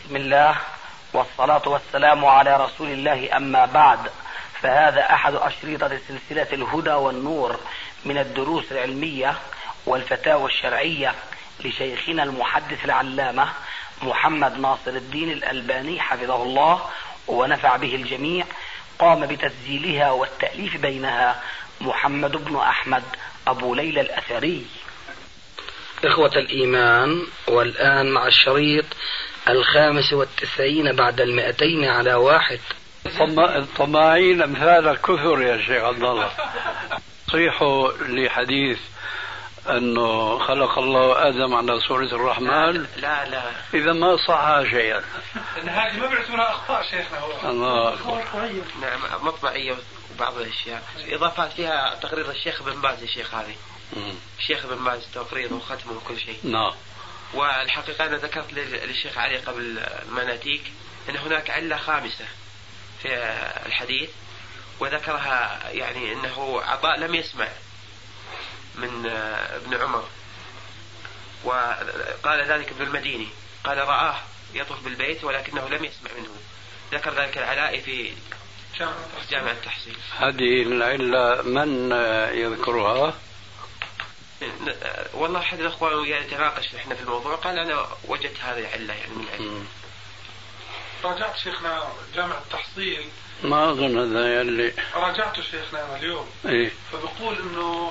بسم الله والصلاة والسلام على رسول الله، أما بعد، فهذا أحد أشرطة سلسلة الهدى والنور من الدروس العلمية والفتاوى الشرعية لشيخنا المحدث العلامة محمد ناصر الدين الألباني حفظه الله ونفع به الجميع. قام بتسجيلها والتأليف بينها محمد بن أحمد أبو ليلى الأثري. إخوة الإيمان، والآن مع الشريط 95 بعد 200 على 1. الطماعين أمثال الكثر يا شيخ عبد الله. صيحوا لحديث أنه خلق الله آدم على صورة الرحمن. لا إذا ما صح شيئا. إن هذه ما بيعتبرها أخطاء شيخنا. هو الله أكبر. نعم، مطبعية وبعض الأشياء إضافات فيها تقرير الشيخ بن باز. الشيخ هذه الشيخ بن باز تقريره وختمه وكل شيء. نعم. والحقيقة أنا ذكرت للشيخ علي قبل المناتيك أن هناك علة خامسة في الحديث، وذكرها يعني أنه عطاء لم يسمع من ابن عمر، وقال ذلك ابن المديني، قال رآه يطوف بالبيت ولكنه لم يسمع منه. ذكر ذلك العلاء في جامع التحصيل. هذه العلة من يذكرها؟ والله أحد الأخوان يتناقش احنا في الموضوع، قال أنا وجدت هذه العلة يعني من العلم. راجعت شيخنا جامع التحصيل، ما أظن هذا اللي راجعته شيخنا اليوم. إيه؟ فبقول إنه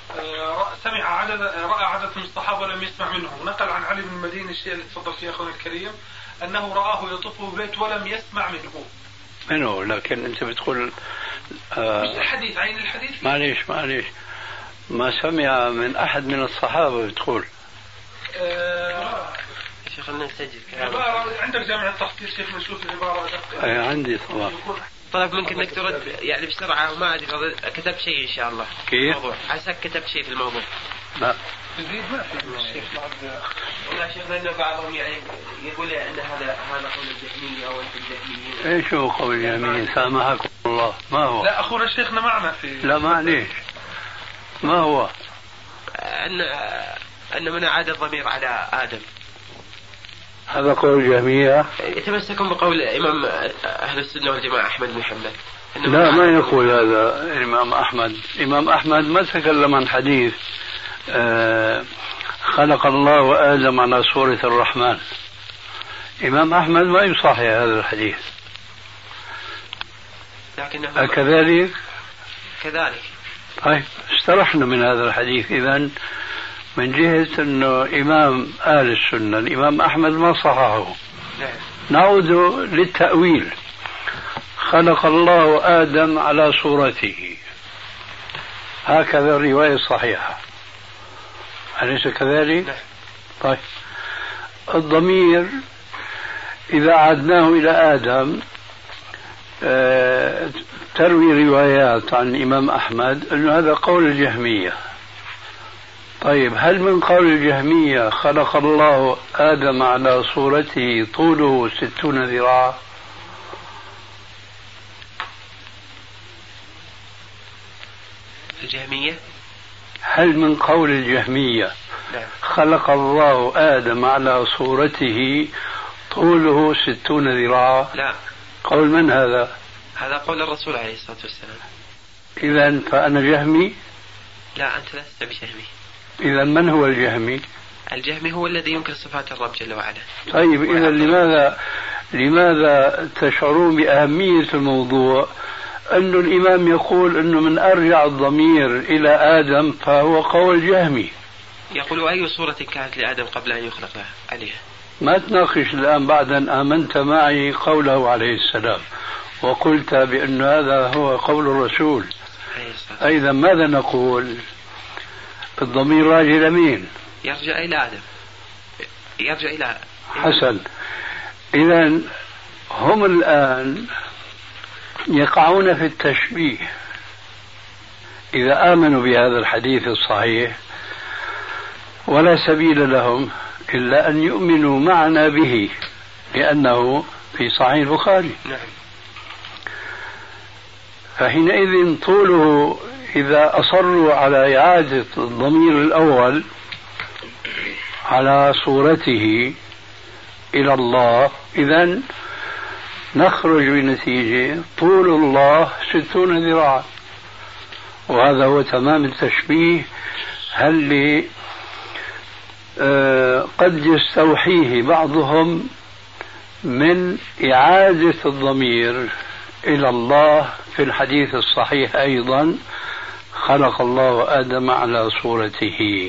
رأى عدد من الصحابة ولم يسمع منهم. نقل عن علي بن المديني الشيء اللي تفضل فيه أخونا الكريم، أنه رآه يطوف بالبيت ولم يسمع منه. لكن أنت بتقول مش الحديث، عين الحديث. معليش ما سمع من أحد من الصحابة بتقول. شيخ خلنا نسجل عندك جامع التحصيل شيخ، نشوف العبارة دقيقة. عندي طبعا. طلب منك انك ترد يعني بسرعة، وما ادري كتبت شيء ان شاء الله. كيف؟ عساك كتبت شيء في الموضوع. لا تزيد ما في الشيخ لا شيخ، لأن بعضهم يعني يقول ان هذا قول الجهمية او الجهميين. ايش هو قول الجهميين؟ سامحكم الله، ما هو؟ لا أخونا شيخنا معنا في. لا معليش، ما هو؟ أن من أعاد الضمير على آدم. هذا قول الجهمية. يتمسكون بقول إمام أهل السنة والجماعة أحمد بن حنبل. لا ما يقول هذا الإمام أحمد. الإمام أحمد ما تكلم عن حديث خلق الله آدم على صورة الرحمن. إمام أحمد ما يصحح هذا الحديث. أكذلك؟ كذلك. طيب استرحنا من هذا الحديث. إذن من جهة أنه إمام أهل السنة الإمام أحمد ما صححه. نعود للتأويل. خلق الله آدم على صورته، هكذا الرواية الصحيحة، أليس كذلك؟ طيب الضمير إذا عدناه إلى آدم تروي روايات عن الإمام أحمد أن هذا قول الجهمية. طيب هل من قول الجهمية خلق الله آدم على صورته طوله 60 ذراعا؟ الجهمية؟ هل من قول الجهمية خلق الله آدم على صورته طوله 60 ذراعا؟ لا. قول من هذا؟ هذا قول الرسول عليه الصلاة والسلام. إذن فأنا جهمي؟ لا أنت لست بجهمي. إذن من هو الجهمي؟ الجهمي هو الذي ينكر صفات الرب جل وعلا. طيب إذن لماذا تشعرون بأهمية الموضوع أن الإمام يقول أنه من أرجع الضمير إلى آدم فهو قول جهمي؟ يقول أي صورة كانت لآدم قبل أن يخلق عليها. ما تناقش الآن بعد أن آمنت معي قوله عليه السلام وقلت بأن هذا هو قول الرسول. أيضا ماذا نقول؟ الضمير راجع إلى مين؟ يرجع إلى آدم. يرجع إلى حسن. إذن هم الآن يقعون في التشبيه إذا آمنوا بهذا الحديث الصحيح، ولا سبيل لهم إلا أن يؤمنوا معنا به لأنه في صحيح البخاري. فحينئذ طوله إذا أصروا على إعادة الضمير الأول على صورته إلى الله، إذن نخرج بنتيجة طول الله 60 ذراعا، وهذا هو تمام التشبيه اللي قد يستوحيه بعضهم من إعادة الضمير إلى الله في الحديث الصحيح أيضا: خلق الله آدم على صورته.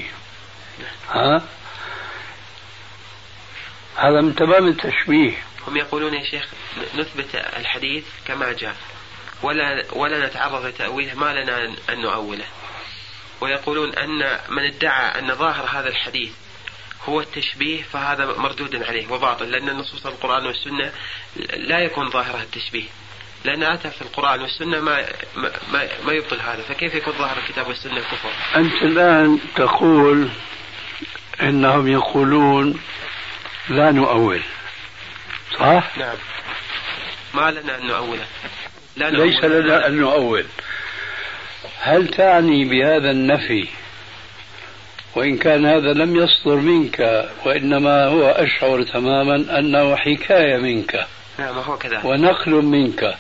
هذا من تمام التشبيه. هم يقولون يا شيخ نثبت الحديث كما جاء ولا نتعرض لتأويله، ما لنا أن نؤوله. ويقولون أن من ادعى أن ظاهر هذا الحديث هو التشبيه فهذا مردود عليه وباطل، لأن النصوص القرآن والسنة لا يكون ظاهرها التشبيه، لأن أتى في القرآن والسنة ما يبطل هذا، فكيف يكون ظاهر الكتاب والسنة الكفر؟ أنت الآن تقول إنهم يقولون لا نؤول، صح؟ نعم. ما لنا أن نؤوله. ليس لنا أن نؤول. هل تعني بهذا النفي، وإن كان هذا لم يصدر منك وإنما هو أشعر تماما أنه حكاية منك؟ نعم هو كذا، ونقل منك،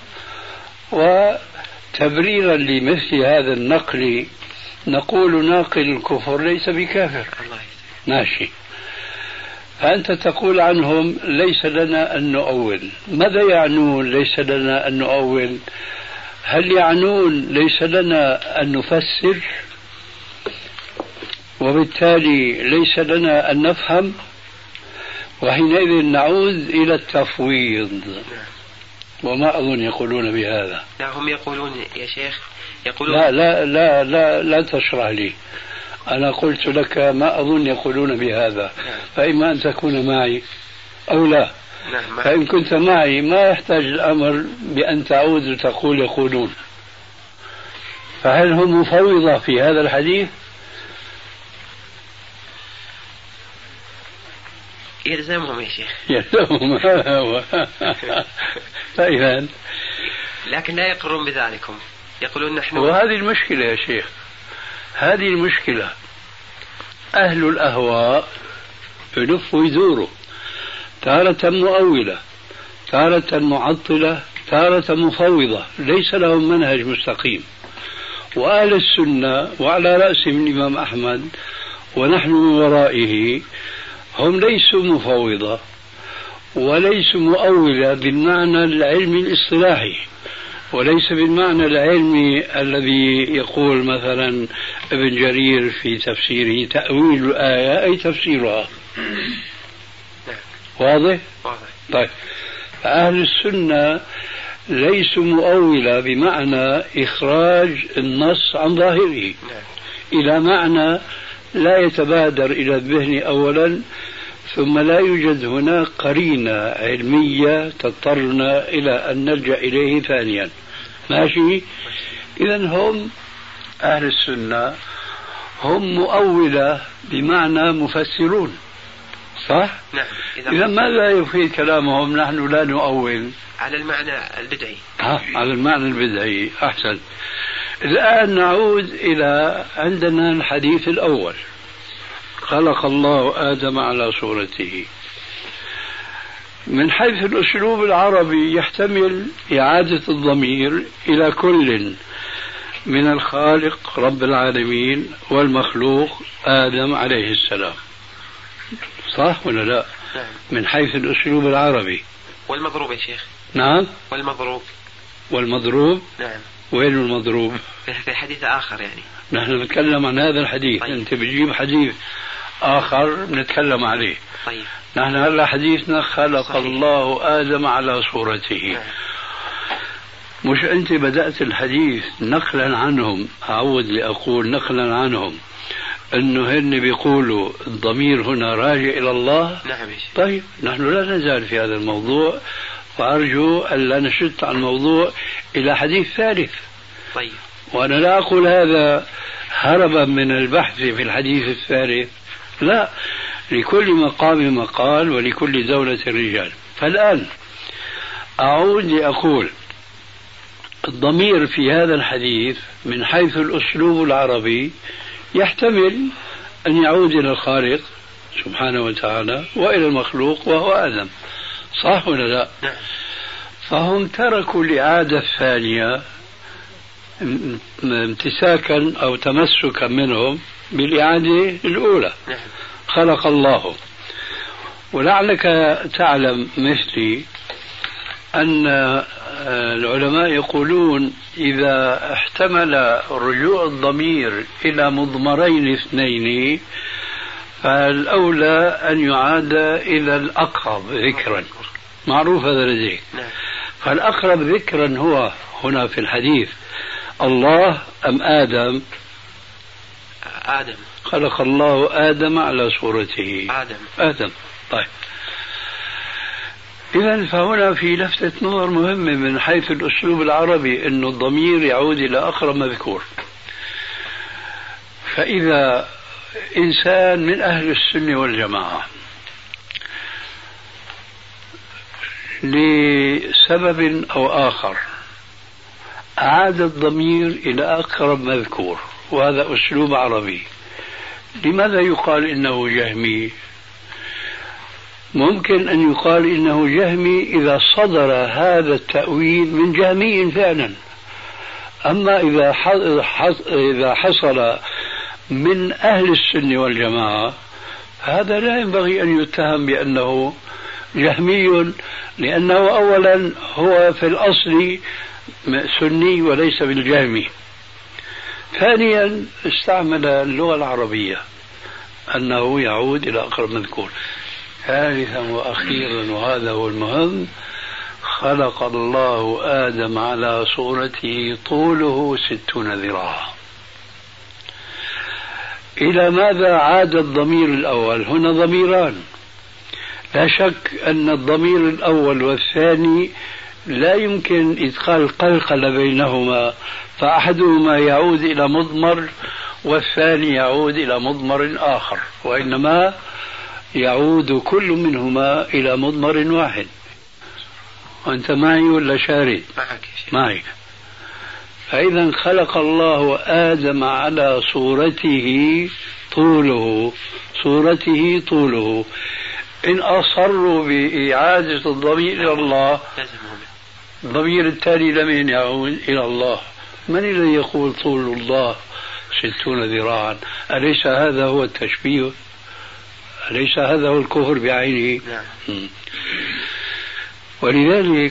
وتبريرا لمثل هذا النقل نقول ناقل الكفر ليس بكافر. ماشي. فأنت تقول عنهم ليس لنا أن نؤول. ماذا يعنون ليس لنا أن نؤول؟ هل يعنون ليس لنا أن نفسر وبالتالي ليس لنا أن نفهم؟ وحينئذ نعود إلى التفويض، وما أظن يقولون بهذا. لا هم يقولون يا شيخ يقولون لا لا لا لا, لا تشرح لي، أنا قلت لك ما أظن يقولون بهذا، فإما أن تكون معي أو لا. فإن كنت معي ما يحتاج الأمر بأن تعود وتقول يقولون. فهل هم مفوضة في هذا الحديث؟ يلزمهم يا شيخ. يلزمهم. فإذا لكن لا يقرون بذلكم، يقولون نحن. وهذه المشكلة يا شيخ، هذه المشكلة. أهل الأهواء يلفوا ويدوروا، تارة مؤولة، تارة معطلة، تارة مفوضة، ليس لهم منهج مستقيم. وأهل السنة وعلى رأسهم الإمام أحمد ونحن من ورائه هم ليسوا مفوضة وليسوا مؤولة بالمعنى العلمي الاصطلاحي، وليس بالمعنى العلمي الذي يقول مثلا ابن جرير في تفسيره تأويل الآية أي تفسيرها. واضح؟ طيب، فأهل السنة ليسوا مؤولة بمعنى إخراج النص عن ظاهره إلى معنى لا يتبادر إلى الذهن أولا، ثم لا يوجد هناك قرينة علمية تضطرنا إلى أن نلجأ إليه ثانيا. ماشي؟ إذن هم أهل السنة هم مؤولة بمعنى مفسرون، صح؟ نعم. إذا ماذا يفيد كلامهم نحن لا نؤول؟ على المعنى البدعي. على المعنى البدعي. أحسن. الآن نعود إلى عندنا الحديث الأول: خلق الله آدم على صورته. من حيث الأسلوب العربي يحتمل إعادة الضمير إلى كل من الخالق رب العالمين والمخلوق آدم عليه السلام، صح ولا لا؟ نعم. من حيث الأسلوب العربي. والمضروب يا شيخ. نعم. والمضروب. نعم. وين المضروب؟ في حديث آخر يعني. نحن نتكلم عن هذا الحديث. طيب. أنت بتجيب حديث آخر نتكلم عليه. طيب. نحن هلا حديثنا خلق صحيح. الله آدم على صورته. نعم. مش أنت بدأت الحديث نقلا عنهم، أعود لأقول نقلا عنهم أنه هن بيقولوا الضمير هنا راجع إلى الله. نعم. طيب، نحن لا نزال في هذا الموضوع، وأرجو أن لا نشت عن الموضوع إلى حديث ثالث. طيب. وأنا لا أقول هذا هربا من البحث في الحديث الثالث، لا، لكل مقام مقال ولكل دولة رجال. فالآن أعود لأقول الضمير في هذا الحديث من حيث الأسلوب العربي يحتمل أن يعود إلى الخالق سبحانه وتعالى وإلى المخلوق وهو آدم، صح ولا لا؟ فهم تركوا الإعادة الثانية امتساكا أو تمسكا منهم بالإعادة الأولى. خلق الله. ولعلك تعلم مثلي أن العلماء يقولون إذا احتمل رجوع الضمير إلى مضمرين اثنين فالأولى أن يعاد إلى الأقرب ذكرا، معروف هذا لديك. فالأقرب ذكرا هو هنا في الحديث الله أم آدم؟ آدم. خلق الله آدم على صورته. آدم. طيب، إذا فهنا في لفتة نظر مهمة من حيث الأسلوب العربي أن الضمير يعود إلى أقرب مذكور. فإذا إنسان من أهل السنة والجماعة لسبب أو آخر أعاد الضمير إلى أقرب مذكور، وهذا أسلوب عربي، لماذا يقال إنه جهمي؟ ممكن أن يقال إنه جهمي إذا صدر هذا التأويل من جهمي فعلا، أما إذا حصل من أهل السنة والجماعة هذا لا ينبغي أن يتهم بأنه جهمي، لأنه أولا هو في الأصل سني وليس بالجهمي. ثانيا استعمل اللغة العربية أنه يعود إلى أقرب مذكور. ثالثا وأخيرا وهذا هو المهم، خلق الله آدم على صورته طوله 60 ذراعا. إلى ماذا عاد الضمير الأول؟ هنا ضميران، لا شك أن الضمير الأول والثاني لا يمكن إدخال القلقلة بينهما، فأحدهما يعود إلى مضمر والثاني يعود إلى مضمر آخر، وإنما يعود كل منهما إلى مضمر واحد. وأنت معي ولا شارد؟ معي. فإذا خلق الله آدم على صورته طوله. إن أصروا بإعادة الضمير إلى الله، الضمير التالي لمن يعود إلى الله؟ من الذي يقول طول الله 60 ذراعا؟ أليس هذا هو التشبيه؟ أليس هذا هو الكفر بعينه؟ ولذلك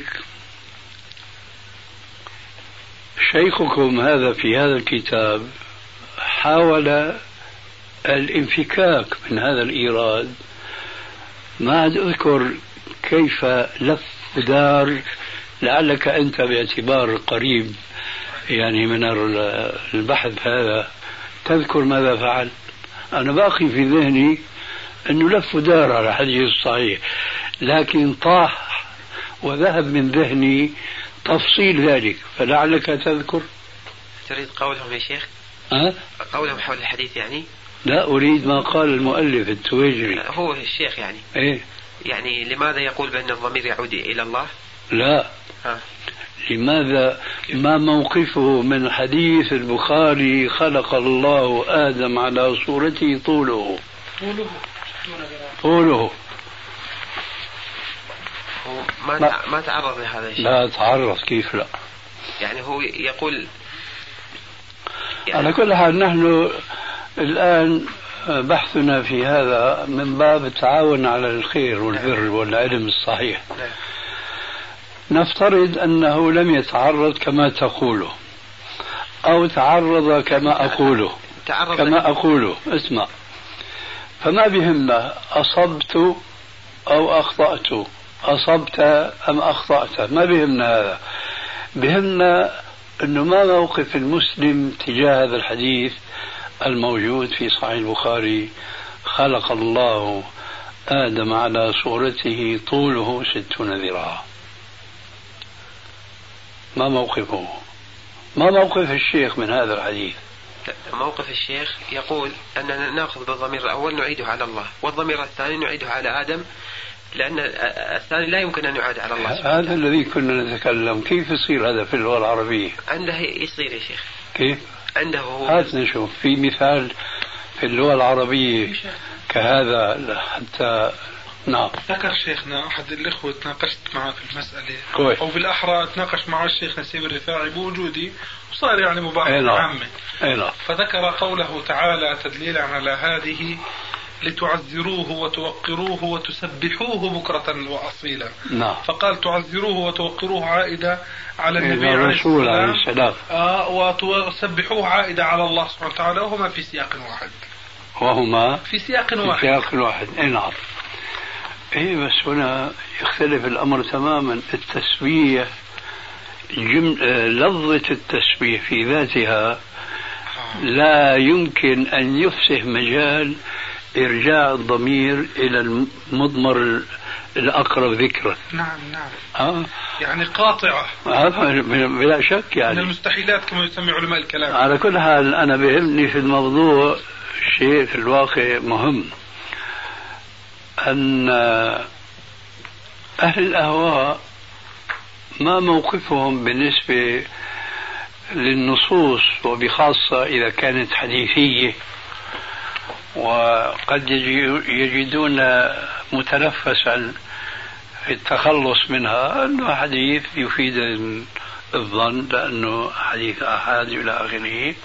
شيخكم هذا في هذا الكتاب حاول الانفكاك من هذا الإيراد. ما عاد أذكر كيف لف ودار، لعلك أنت باعتبار قريب يعني من البحث هذا تذكر ماذا فعل. أنا باقي في ذهني أنه لف ودار على حديث الصحيح، لكن طاح وذهب من ذهني تفصيل ذلك، فلعلك تذكر. تريد قولهم يا شيخ؟ قولهم حول الحديث يعني؟ لا، أريد ما قال المؤلف التويجري. هو الشيخ يعني؟ إيه؟ يعني لماذا يقول بأن الضمير يعود إلى الله؟ لا. لماذا ما موقفه من حديث البخاري خلق الله آدم على صورته طوله. ما تعرض لهذا الشيء. لا تعرض، كيف لا؟ يعني هو يقول يعني على كل حال نحن الآن بحثنا في هذا من باب التعاون على الخير والبر والعلم الصحيح. نفترض أنه لم يتعرض كما تقوله، أو تعرض كما أقوله. اسمع، فما بهمنا أصبت أو أخطأت، أصبت أم أخطأت، ما بهمنا هذا. بهمنا أنه ما موقف المسلم تجاه هذا الحديث الموجود في صحيح البخاري خلق الله آدم على صورته طوله 60 ذراعا. ما موقفه؟ ما موقف الشيخ من هذا الحديث؟ موقف الشيخ يقول أننا نأخذ بالضمير الأول نعيده على الله، والضمير الثاني نعيده على آدم، لأن الثاني لا يمكن أن يعاد على الله. هذا الذي كنا نتكلم. كيف يصير هذا في اللغة العربية؟ عنده يصير يا شيخ. كيف؟ عنده هو. هات نشوف في مثال في اللغة العربية كهذا حتى نعم. ذكر شيخنا أحد الإخوة تناقشت معه في المسألة كويس. أو بالأحرى تناقش معه الشيخ نسيم الرفاعي بوجودي وصار يعني مباحثة نعم. عامة. فذكر قوله تعالى تدليلا على هذه لتعزروه وتوقروه وتسبحوه بكرة وأصيلا. نعم. فقال تعزروه وتوقروه عائدة على النبي عليه السلام وتسبحوه عائدة على الله سبحانه وتعالى وهما في سياق واحد. وهما في سياق واحد. نعم. إيه بس هنا يختلف الأمر تماما. التسبيح لفظة التسبيح في ذاتها لا يمكن أن يفسح مجال إرجاع الضمير إلى المضمر الأقرب ذكرا. نعم. يعني قاطعة. بلا شك يعني. من المستحيلات كما يسمي علماء الكلام. على كل حال أنا بهمني في الموضوع شيء في الواقع مهم، أن أهل الأهواء ما موقفهم بالنسبة للنصوص وبخاصة إذا كانت حديثية، وقد يجدون متنفسا في التخلص منها أنه حديث يفيد الظن لأنه حديث أحد إلى آخره.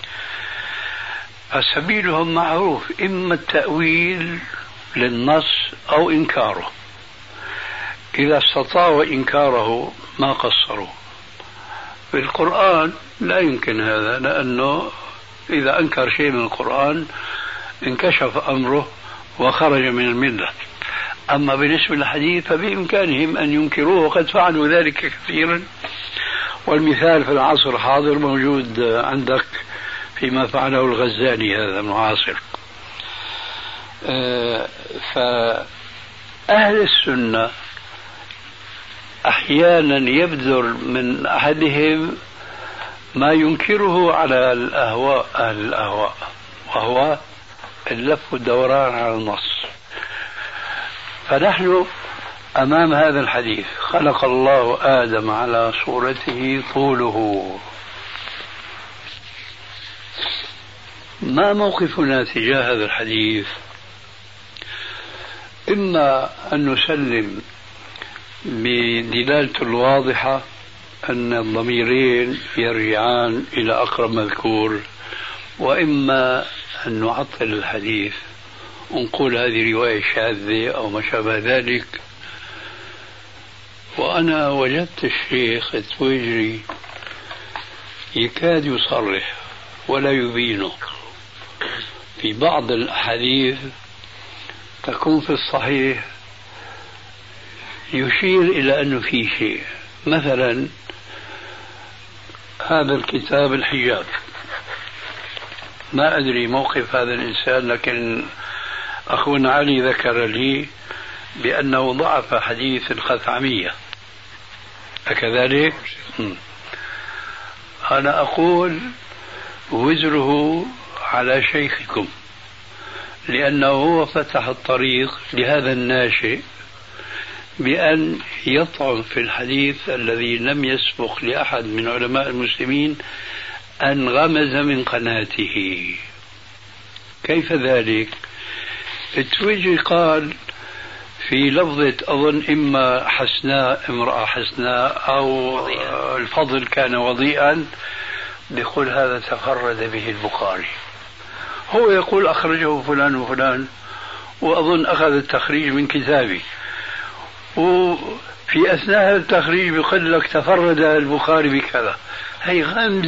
فسبيلهم معروف، إما التأويل للنص أو إنكاره. إذا استطاعوا إنكاره ما قصروا. في القرآن لا يمكن هذا، لأنه إذا أنكر شيء من القرآن انكشف أمره وخرج من الملة. أما بالنسبة للحديث فبإمكانهم أن ينكروه، وقد فعلوا ذلك كثيرا، والمثال في العصر الحاضر موجود عندك فيما فعله الغزالي هذا المعاصر. فأهل السنة أحيانا يبدر من أحدهم ما ينكره على الأهواء، أهل الأهواء، وهو اللف والدوران على النص. فنحن أمام هذا الحديث خلق الله آدم على صورته طوله. ما موقفنا تجاه هذا الحديث؟ إما أن نسلم بدلالته الواضحة أن الضميرين يرجعان إلى أقرب مذكور، وإما أن نعطل الحديث ونقول هذه رواية شاذة أو ما شابه ذلك. وأنا وجدت الشيخ التويجري يكاد يصرح ولا يبينه في بعض الأحاديث تكون في الصحيح يشير إلى أنه في شيء. مثلا هذا الكتاب الحجاب، ما أدري موقف هذا الإنسان، لكن أخونا علي ذكر لي بأنه ضعف حديث الخثعمية، أكذلك؟ أنا أقول وزره على شيخكم، لأنه هو فتح الطريق لهذا الناشئ بأن يطعن في الحديث الذي لم يسبق لأحد من علماء المسلمين أن غمز من قناته. كيف ذلك؟ التويجي قال في لفظة أظن إما حسناء، امرأة حسناء، أو الفضل كان وضيئا، بيقول هذا تفرد به البخاري. هو يقول أخرجه فلان وفلان، وأظن أخذ التخريج من كتابي، وفي أثناء التخريج بيقول لك تفرد البخاري بكذا. هي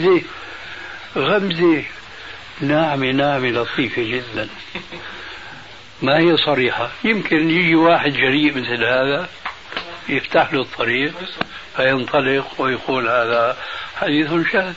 غمزة ناعمة لطيفة جدا، ما هي صريحة. يمكن يجي واحد جريء مثل هذا يفتح له الطريق فينطلق ويقول هذا حديث شاذ.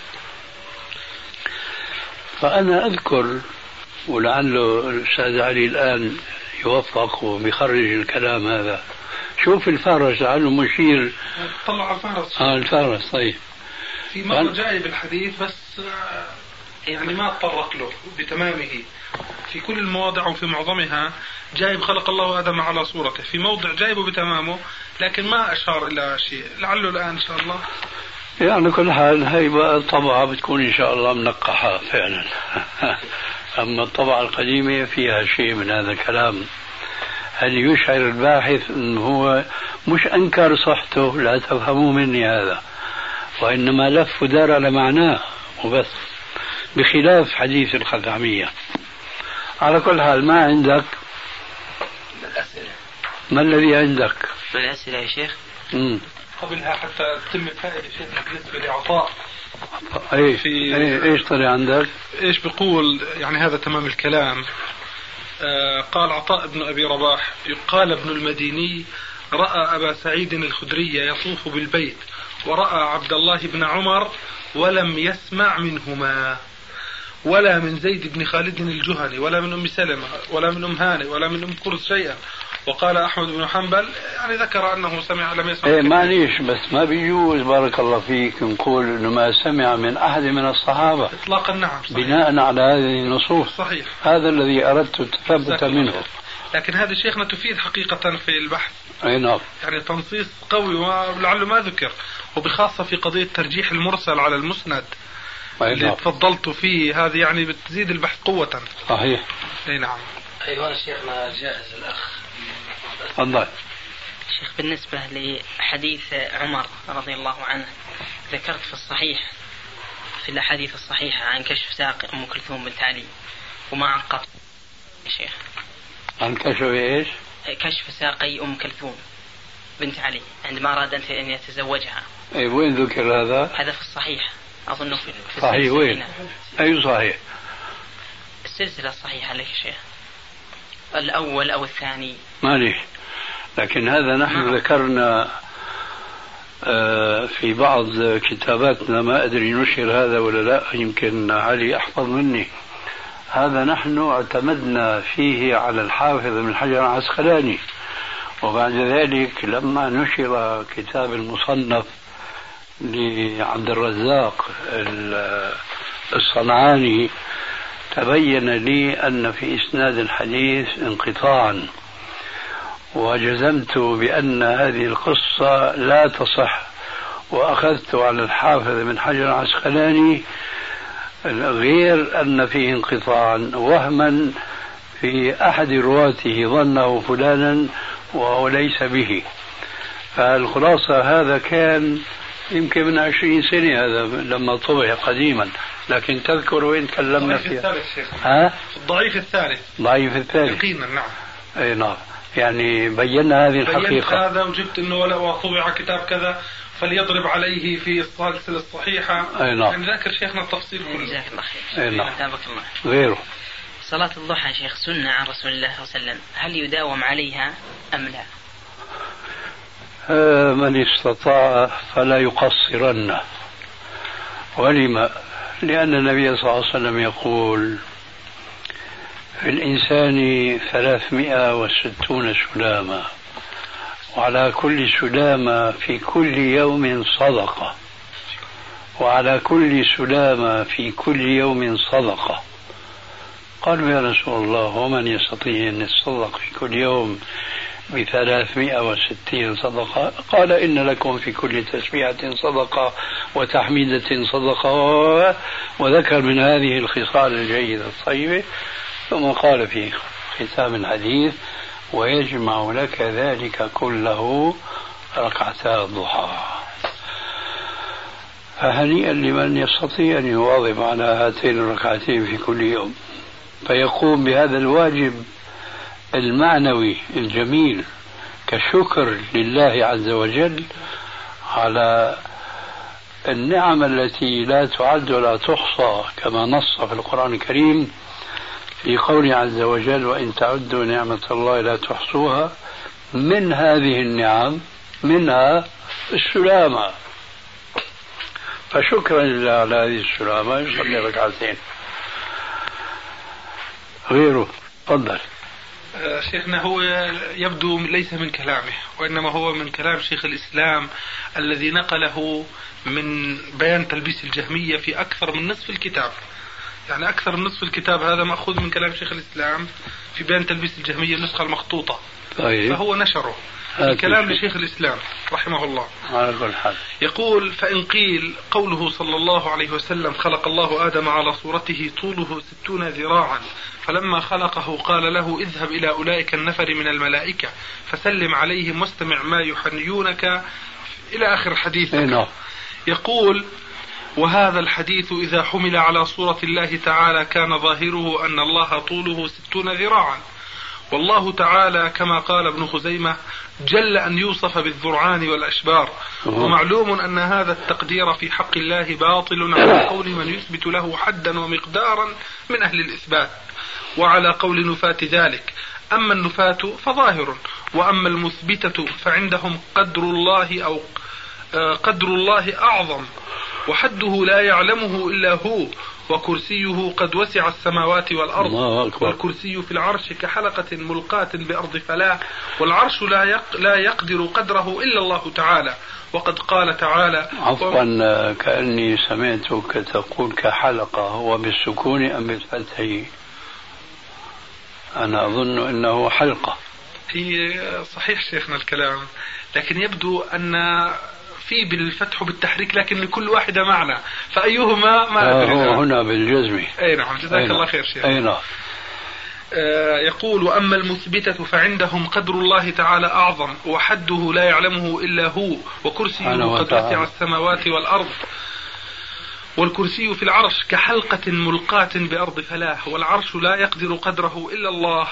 فأنا أذكر، ولعله الأستاذ علي الآن يوفق وبيخرج الكلام هذا، شوف الفارس لعله مشير، طلع على الفارس. الفارس. طيب في مرة جاي بالحديث بس يعني ما تطرق له بتمامه. في كل المواضع وفي معظمها جايب خلق الله آدم على صورته، في موضع جايبه بتمامه لكن ما أشار إلى شيء. لعله الآن إن شاء الله يعني كل حال هاي بقى طبعا بتكون إن شاء الله منقحة فعلا. أما الطبعة القديمة فيها شيء من هذا الكلام. هل يشعر الباحث أنه هو مش أنكر صحته، لا تفهموا مني هذا، وإنما لف ودار على معناه وبس، بخلاف حديث الخثعمية. على كل حال ما عندك الأسئلة؟ ما الذي عندك من الأسئلة يا شيخ؟ قبلها حتى تتم فائدة شيخنا بالنسبة لعطاء. ايش طلع عندك؟ ايش بيقول يعني هذا تمام الكلام. قال عطاء بن أبي رباح: قال ابن المديني: رأى أبا سعيد الخدري يطوف بالبيت ورأى عبد الله بن عمر ولم يسمع منهما، ولا من زيد بن خالد الجهني ولا من أم سلمة ولا من أم هاني ولا من أم كرز شيئا. وقال أحمد بن حنبل يعني ذكر أنه سمع لم يسمع. معليش، بس ما بيجوز بارك الله فيك نقول أنه ما سمع من أحد من الصحابة إطلاقا. نعم صحيح. بناء على هذه النصوص. صحيح. هذا الذي أردت التثبت منه. لكن هذا شيخنا تفيد حقيقة في البحث. نعم. يعني تنصيص قوي ولعله ما ذكر، وبخاصة في قضية ترجيح المرسل على المسند اللي تفضلت فيه، هذه يعني بتزيد البحث قوة. صحيح. اي نعم. أيها شيخنا جاهز الأخ. تفضل. شيخ بالنسبة لحديث عمر رضي الله عنه، ذكرت في الصحيح في الأحاديث الصحيحة عن كشف ساق أم كلثوم بنت علي، وما عقبت يا شيخ. عن كشف ايش؟ كشف ساقي أم كلثوم بنت علي عندما أراد أن يتزوجها. وين ذكر هذا؟ هذا في الصحيح أظنه في صحيح. وين؟ أي صحيح؟ السلسلة الصحيحة لك يا شيخ، الأول أو الثاني ماليش. لكن هذا نحن ذكرنا في بعض كتاباتنا، ما أدري نشر هذا ولا لا، يمكن علي أحفظ مني. هذا نحن اعتمدنا فيه على الحافظ ابن حجر العسقلاني، وبعد ذلك لما نشر كتاب المصنف لعبد الرزاق الصنعاني تبين لي أن في إسناد الحديث انقطاعا، وجزمت بأن هذه القصة لا تصح، وأخذت على الحافظ بن حجر العسقلاني غير أن فيه انقطاعا وهما في أحد رواته ظنه فلانا وهو ليس به. فالخلاصة هذا كان يمكن من 20 سنة هذا لما طبع قديما، لكن تذكر وين تكلمنا فيها؟ الضعيف الثالث. ضعيف الثالث يقينا. نعم. اي نعم. يعني بينا هذه الحقيقة. هذا وجبت انه ولا طبع كتاب كذا فليضرب عليه في السلسلة الصحيحة. اي نعم. يعني ذاكر شيخنا التفصيل كله. جزاك الله خير. اي نعم. تابك الله. غيره. صلاة الضحى شيخ سنة عن رسول الله صلى الله عليه وسلم، هل يداوم عليها أم لا؟ من استطاع فلا يقصرن. ولما؟ لأن النبي صلى الله عليه وسلم يقول: في الإنسان 360 سلامة، وعلى كل سلامة في كل يوم صدقة، وعلى كل سلامة في كل يوم صدقة. قالوا: يا رسول الله ومن يستطيع أن يتصدق في كل يوم ب360 صدقة؟ قال: إن لكم في كل تسبيحة صدقة وتحميدة صدقة، وذكر من هذه الخصال الجيدة الطيبة، ثم قال في ختام الحديث: ويجمع لك ذلك كله ركعتا الضحى. فهنيئا لمن يستطيع أن يواظب على هاتين الركعتين في كل يوم، فيقوم بهذا الواجب المعنوي الجميل كشكر لله عز وجل على النعم التي لا تعد ولا تحصى، كما نص في القرآن الكريم في قوله عز وجل: وإن تعدوا نعمة الله لا تحصوها. من هذه النعم منها السلامة، فشكرا لله على هذه السلامة يصلي ركعتين. غيره. تفضل. شيخنا هو يبدو ليس من كلامه، وإنما هو من كلام شيخ الإسلام الذي نقله من بيان تلبيس الجهمية في أكثر من نصف الكتاب. يعني أكثر من نصف الكتاب هذا مأخوذ من كلام شيخ الإسلام في بيان تلبيس الجهمية النسخة المخطوطة. طيب. فهو نشره الكلام لشيخ الإسلام رحمه الله. على كل حال. يقول: فإن قيل قوله صلى الله عليه وسلم خلق الله آدم على صورته طوله 60 ذراعا فلما خلقه قال له اذهب إلى أولئك النفر من الملائكة فسلم عليهم واستمع ما يحنيونك إلى آخر الحديث. يقول: وهذا الحديث إذا حمل على صورة الله تعالى كان ظاهره أن الله طوله 60 ذراعا، والله تعالى كما قال ابن خزيمة جل أن يوصف بالذرعان والأشبار، ومعلوم أن هذا التقدير في حق الله باطل على قول من يثبت له حدا ومقدارا من أهل الإثبات، وعلى قول نفاة ذلك. أما النفاة فظاهر، وأما المثبتة فعندهم قدر الله أو قدر الله أعظم، وحده لا يعلمه إلا هو، وكرسيه قد وسع السماوات والأرض، والكرسي في العرش كحلقة ملقاة بأرض فلاة، والعرش لا يقدر قدره إلا الله تعالى. وقد قال تعالى: عفوا كأني سمعتك تقول كحلقة، هو بالسكون أم بالفتح؟ أنا أظن أنه حلقة. هي صحيح شيخنا الكلام، لكن يبدو أن في بالفتح وبالتحريك، لكن لكل واحدة معنى، فأيهما ما أدري. هو هنا بالجزم. أي نعم، جزاك الله خير شيخ. أي نعم. يقول: وأما المثبتة فعندهم قدر الله تعالى أعظم، وحده لا يعلمه إلا هو، وكرسيه قد وسع السماوات والأرض، والكرسي في العرش كحلقة ملقاة بأرض فلاة، والعرش لا يقدر قدره إلا الله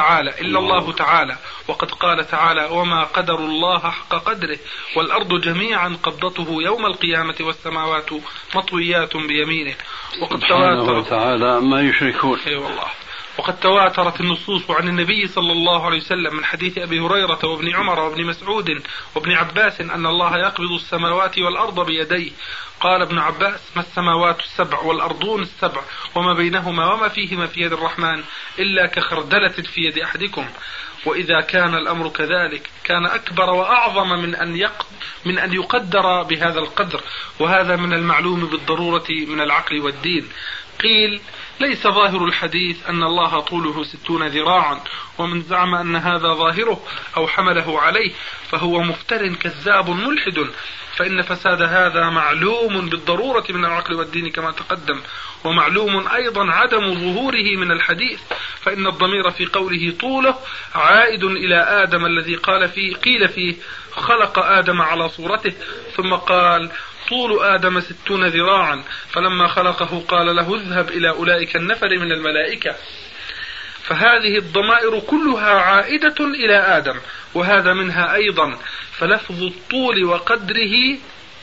تعالى. وقد قال تعالى: وما قدر الله حق قدره، والأرض جميعا قبضته يوم القيامة والسماوات مطويات بيمينه. وقد تعالى ما يشركون. أي والله. وقد تواترت النصوص عن النبي صلى الله عليه وسلم من حديث أبي هريرة وابن عمر وابن مسعود وابن عباس أن الله يقبض السماوات والأرض بيديه. قال ابن عباس: ما السماوات السبع والأرضون السبع وما بينهما وما فيهما في يد الرحمن إلا كخردلة في يد أحدكم. وإذا كان الأمر كذلك كان أكبر وأعظم من أن يقدر بهذا القدر، وهذا من المعلوم بالضرورة من العقل والدين. قيل: ليس ظاهر الحديث أن الله طوله 60 ذراعا، ومن زعم أن هذا ظاهره أو حمله عليه فهو مفتر كذاب ملحد، فإن فساد هذا معلوم بالضرورة من العقل والدين كما تقدم، ومعلوم أيضا عدم ظهوره من الحديث، فإن الضمير في قوله طوله عائد إلى آدم الذي قيل فيه خلق آدم على صورته، ثم قال طول آدم 60 ذراعا، فلما خلقه قال له اذهب إلى أولئك النفر من الملائكة. فهذه الضمائر كلها عائدة إلى آدم، وهذا منها أيضا. فلفظ الطول وقدره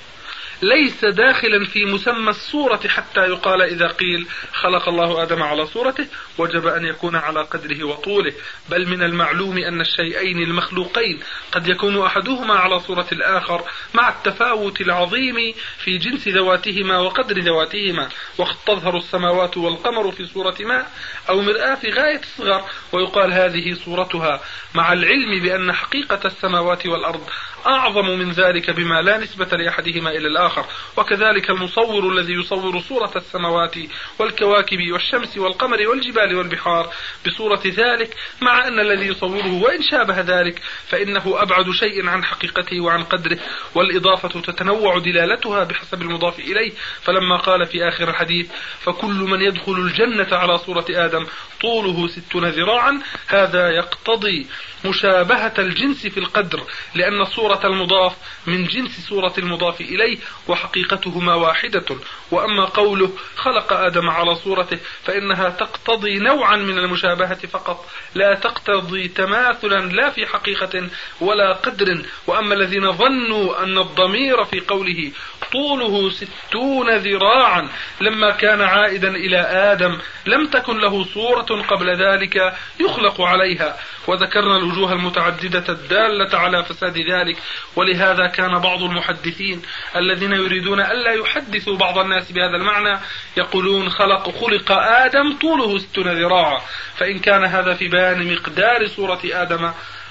ليس داخلا في مسمى الصورة حتى يقال إذا قيل خلق الله آدم على صورته وجب أن يكون على قدره وطوله، بل من المعلوم أن الشيئين المخلوقين قد يكون أحدهما على صورة الآخر مع التفاوت العظيم في جنس ذواتهما وقدر ذواتهما. وقد تظهر السماوات والقمر في صورة ماء أو مرآة في غاية الصغر ويقال هذه صورتها، مع العلم بأن حقيقة السماوات والأرض أعظم من ذلك بما لا نسبة لأحدهما إلى الآخر. وكذلك المصور الذي يصور صورة السماوات والكواكب والشمس والقمر والجبال والبحار بصورة ذلك، مع أن الذي يصوره وإن شابه ذلك فإنه أبعد شيء عن حقيقته وعن قدره، والإضافة تتنوع دلالتها بحسب المضاف إليه. فلما قال في آخر الحديث فكل من يدخل الجنة على صورة آدم طوله 60 ذراعا، هذا يقتضي مشابهة الجنس في القدر، لأن صورة المضاف من جنس صورة المضاف إليه وحقيقتهما واحدة. وأما قوله خلق آدم على صورته فإنها تقتضي نوعا من المشابهة فقط، لا تقتضي تماثلا لا في حقيقة ولا قدر. وأما الذين ظنوا أن الضمير في قوله طوله 60 ذراعا لما كان عائدا إلى آدم لم تكن له صورة قبل ذلك يخلق عليها، وذكرنا الوجوه المتعددة الدالة على فساد ذلك. ولهذا كان بعض المحدثين الذين يريدون ألا يحدثوا بعض الناس بهذا المعنى يقولون خلق آدم طوله 60 ذراعا، فإن كان هذا في بيان مقدار صورة آدم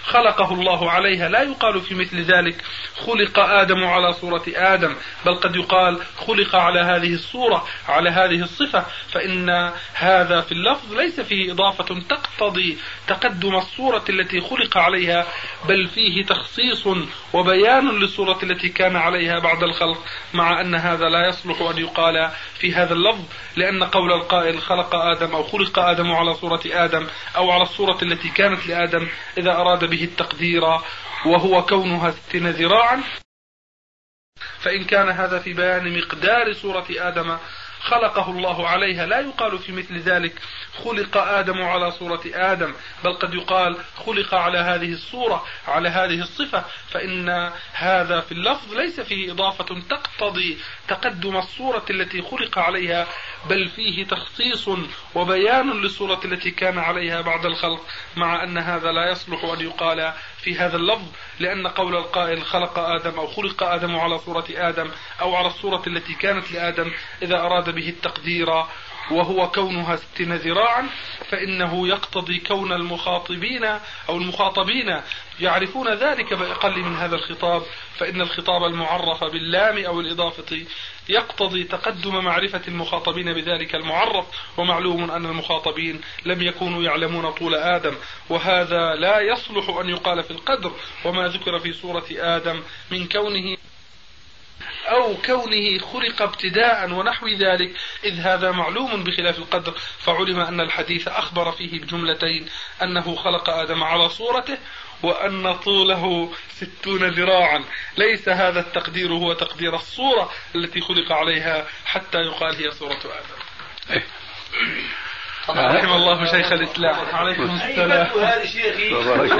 خلقه الله عليها لا يقال في مثل ذلك خلق آدم على صورة آدم، بل قد يقال خلق على هذه الصورة على هذه الصفة، فإن هذا في اللفظ ليس فيه إضافة تقتضي تقدم الصورة التي خلق عليها، بل فيه تخصيص وبيان للصورة التي كان عليها بعد الخلق، مع أن هذا لا يصلح أن يقال في هذا اللفظ، لأن قول القائل خلق آدم أو خلق آدم على صورة آدم أو على الصورة التي كانت لآدم إذا أراد به التقدير وهو كونها 60 ذراعا، فإن كان هذا في بيان مقدار صورة آدم خلقه الله عليها لا يقال في مثل ذلك خلق آدم على صورة آدم، بل قد يقال خلق على هذه الصورة على هذه الصفة، فإن هذا في اللفظ ليس فيه إضافة تقتضي تقدم الصورة التي خلق عليها، بل فيه تخصيص وبيان للصورة التي كان عليها بعد الخلق، مع أن هذا لا يصلح أن يقال في هذا اللفظ، لأن قول القائل خلق آدم أو خلق آدم على صورة آدم أو على الصورة التي كانت لآدم إذا أراد به التقدير وهو كونها 60 ذراعا، فإنه يقتضي كون المخاطبين أو المخاطبين يعرفون ذلك بأقل من هذا الخطاب، فإن الخطاب المعرف باللام أو الإضافة يقتضي تقدم معرفة المخاطبين بذلك المعرف، ومعلوم أن المخاطبين لم يكونوا يعلمون طول آدم، وهذا لا يصلح أن يقال في القدر وما ذكر في سورة آدم من كونه أو كونه خلق ابتداء ونحو ذلك، إذ هذا معلوم بخلاف القدر، فعلم أن الحديث أخبر فيه بجملتين أنه خلق آدم على صورته وأن طوله 60 ذراعا، ليس هذا التقدير هو تقدير الصورة التي خلق عليها حتى يقال هي صورة آدم. رحم الله شيخ الإسلام. عليكم السلام. هذه شيخي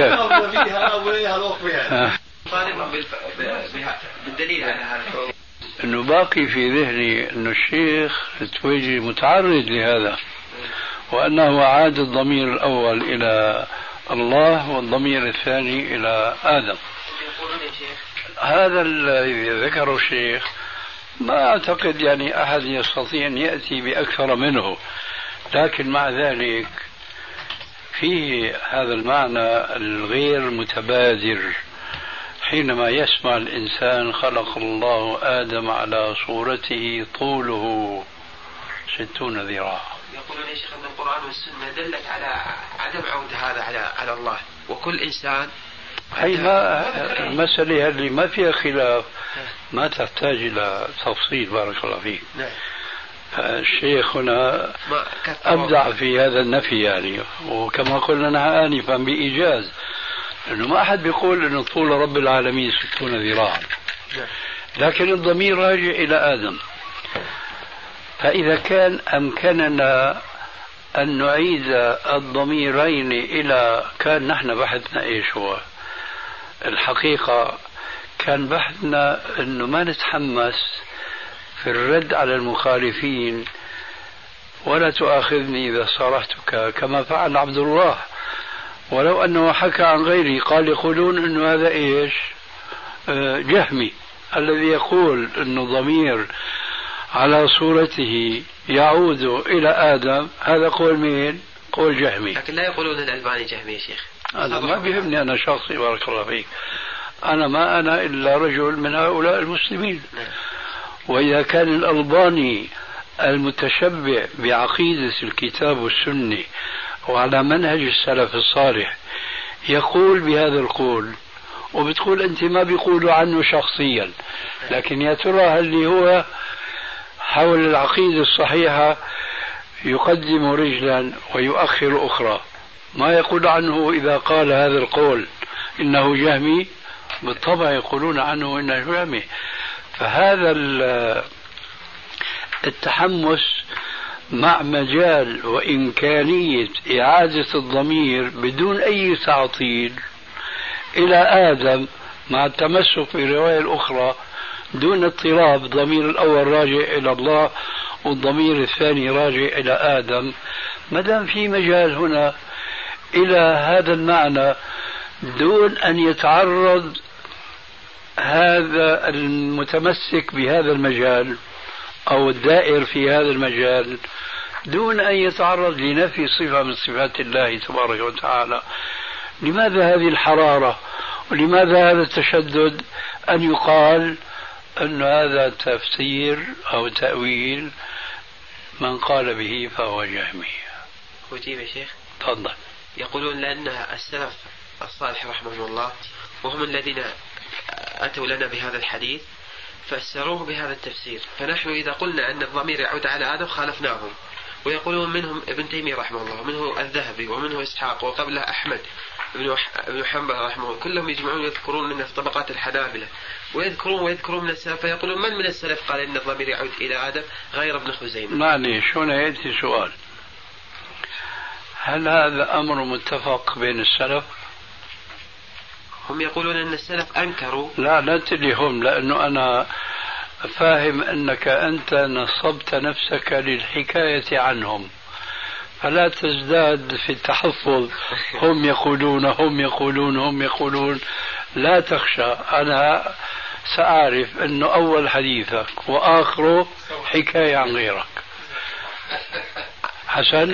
بالدليل على هذا أنه باقي في ذهني أنه الشيخ التويجي متعرض لهذا، وأنه عاد الضمير الأول إلى الله والضمير الثاني إلى آدم. هذا الذي ذكره الشيخ ما أعتقد يعني أحد يستطيع أن يأتي بأكثر منه، لكن مع ذلك فيه هذا المعنى الغير متبادر حينما يسمع الإنسان خلق الله آدم على صورته طوله 60 ذراعا. يقولون يا شيخ أن القرآن والسنة دلت على عدم عود هذا على الله، وكل إنسان هي ما المسألة اللي ما فيها خلاف، ما تحتاج إلى تفصيل. بارك الله فيك. الشيخ هنا أبدع في هذا النفي يعني، وكما قلنا نحن آنفا بإيجاز، لأنه ما أحد بيقول أن طول رب العالمين 60 ذراعا، لكن الضمير راجع إلى آدم. فإذا كان أمكننا أن نعيد الضميرين إلى، كان نحن بحثنا إيش هو الحقيقة، كان بحثنا أنه ما نتحمس في الرد على المخالفين، ولا تؤاخذني إذا صارحتك كما فعل عبد الله، ولو أنه حكى عن غيره. قال يقولون أنه هذا إيش جهمي الذي يقول أنه ضمير على صورته يعود إلى آدم، هذا قول مين؟ قول جهمي. لكن لا يقولون الألباني جهمي يا شيخ. هذا ما بيهمني أنا شخصي، بارك الله فيك، أنا إلا رجل من هؤلاء المسلمين. وإذا كان الألباني المتشبع بعقيدة الكتاب والسنة وعلى منهج السلف الصالح يقول بهذا القول، وبتقول أنت ما بيقولوا عنه شخصيا، لكن يا ترى هل هو حول العقيدة الصحيحة يقدم رجلا ويؤخر أخرى؟ ما يقول عنه إذا قال هذا القول إنه جهمي؟ بالطبع يقولون عنه إنه جهمي. فهذا التحمس مع مجال وإمكانية إعادة الضمير بدون أي تعطيل إلى آدم، مع التمسك في الرواية الأخرى دون اضطراب، الضمير الأول راجع إلى الله والضمير الثاني راجع إلى آدم. مدام في مجال هنا إلى هذا المعنى دون أن يتعرض هذا المتمسك بهذا المجال أو الدائر في هذا المجال دون أن يتعرض لنفي صفة من صفات الله تبارك وتعالى، لماذا هذه الحرارة ولماذا هذا التشدد أن يقال أن هذا تفسير أو تأويل من قال به فهو جهمي؟ أجيب يا شيخ. تفضل. يقولون لأن السلف الصالح رحمه الله وهم الذين أتوا لنا بهذا الحديث فسروه بهذا التفسير، فنحن إذا قلنا أن الضمير يعود على آدم خالفناهم. ويقولون منهم ابن تيمية رحمه الله ومنه الذهبي ومنه إسحاق وقبله أحمد بن حنبل رحمه الله، كلهم يجمعون يذكرون من في طبقات الحنابلة ويذكرون من السلف، فيقولون من السلف قال إن الضمير يعود إلى آدم غير ابن خزيمة. معليش هنا يأتي سؤال، هل هذا أمر متفق بين السلف؟ هم يقولون أن السلف أنكروا. لا تلهم، لأنه أنا فاهم أنك أنت نصبت نفسك للحكاية عنهم، فلا تزداد في التحفظ. هم يقولون لا تخشى، أنا سأعرف أنه أول حديثك وآخره حكاية عن غيرك. حسن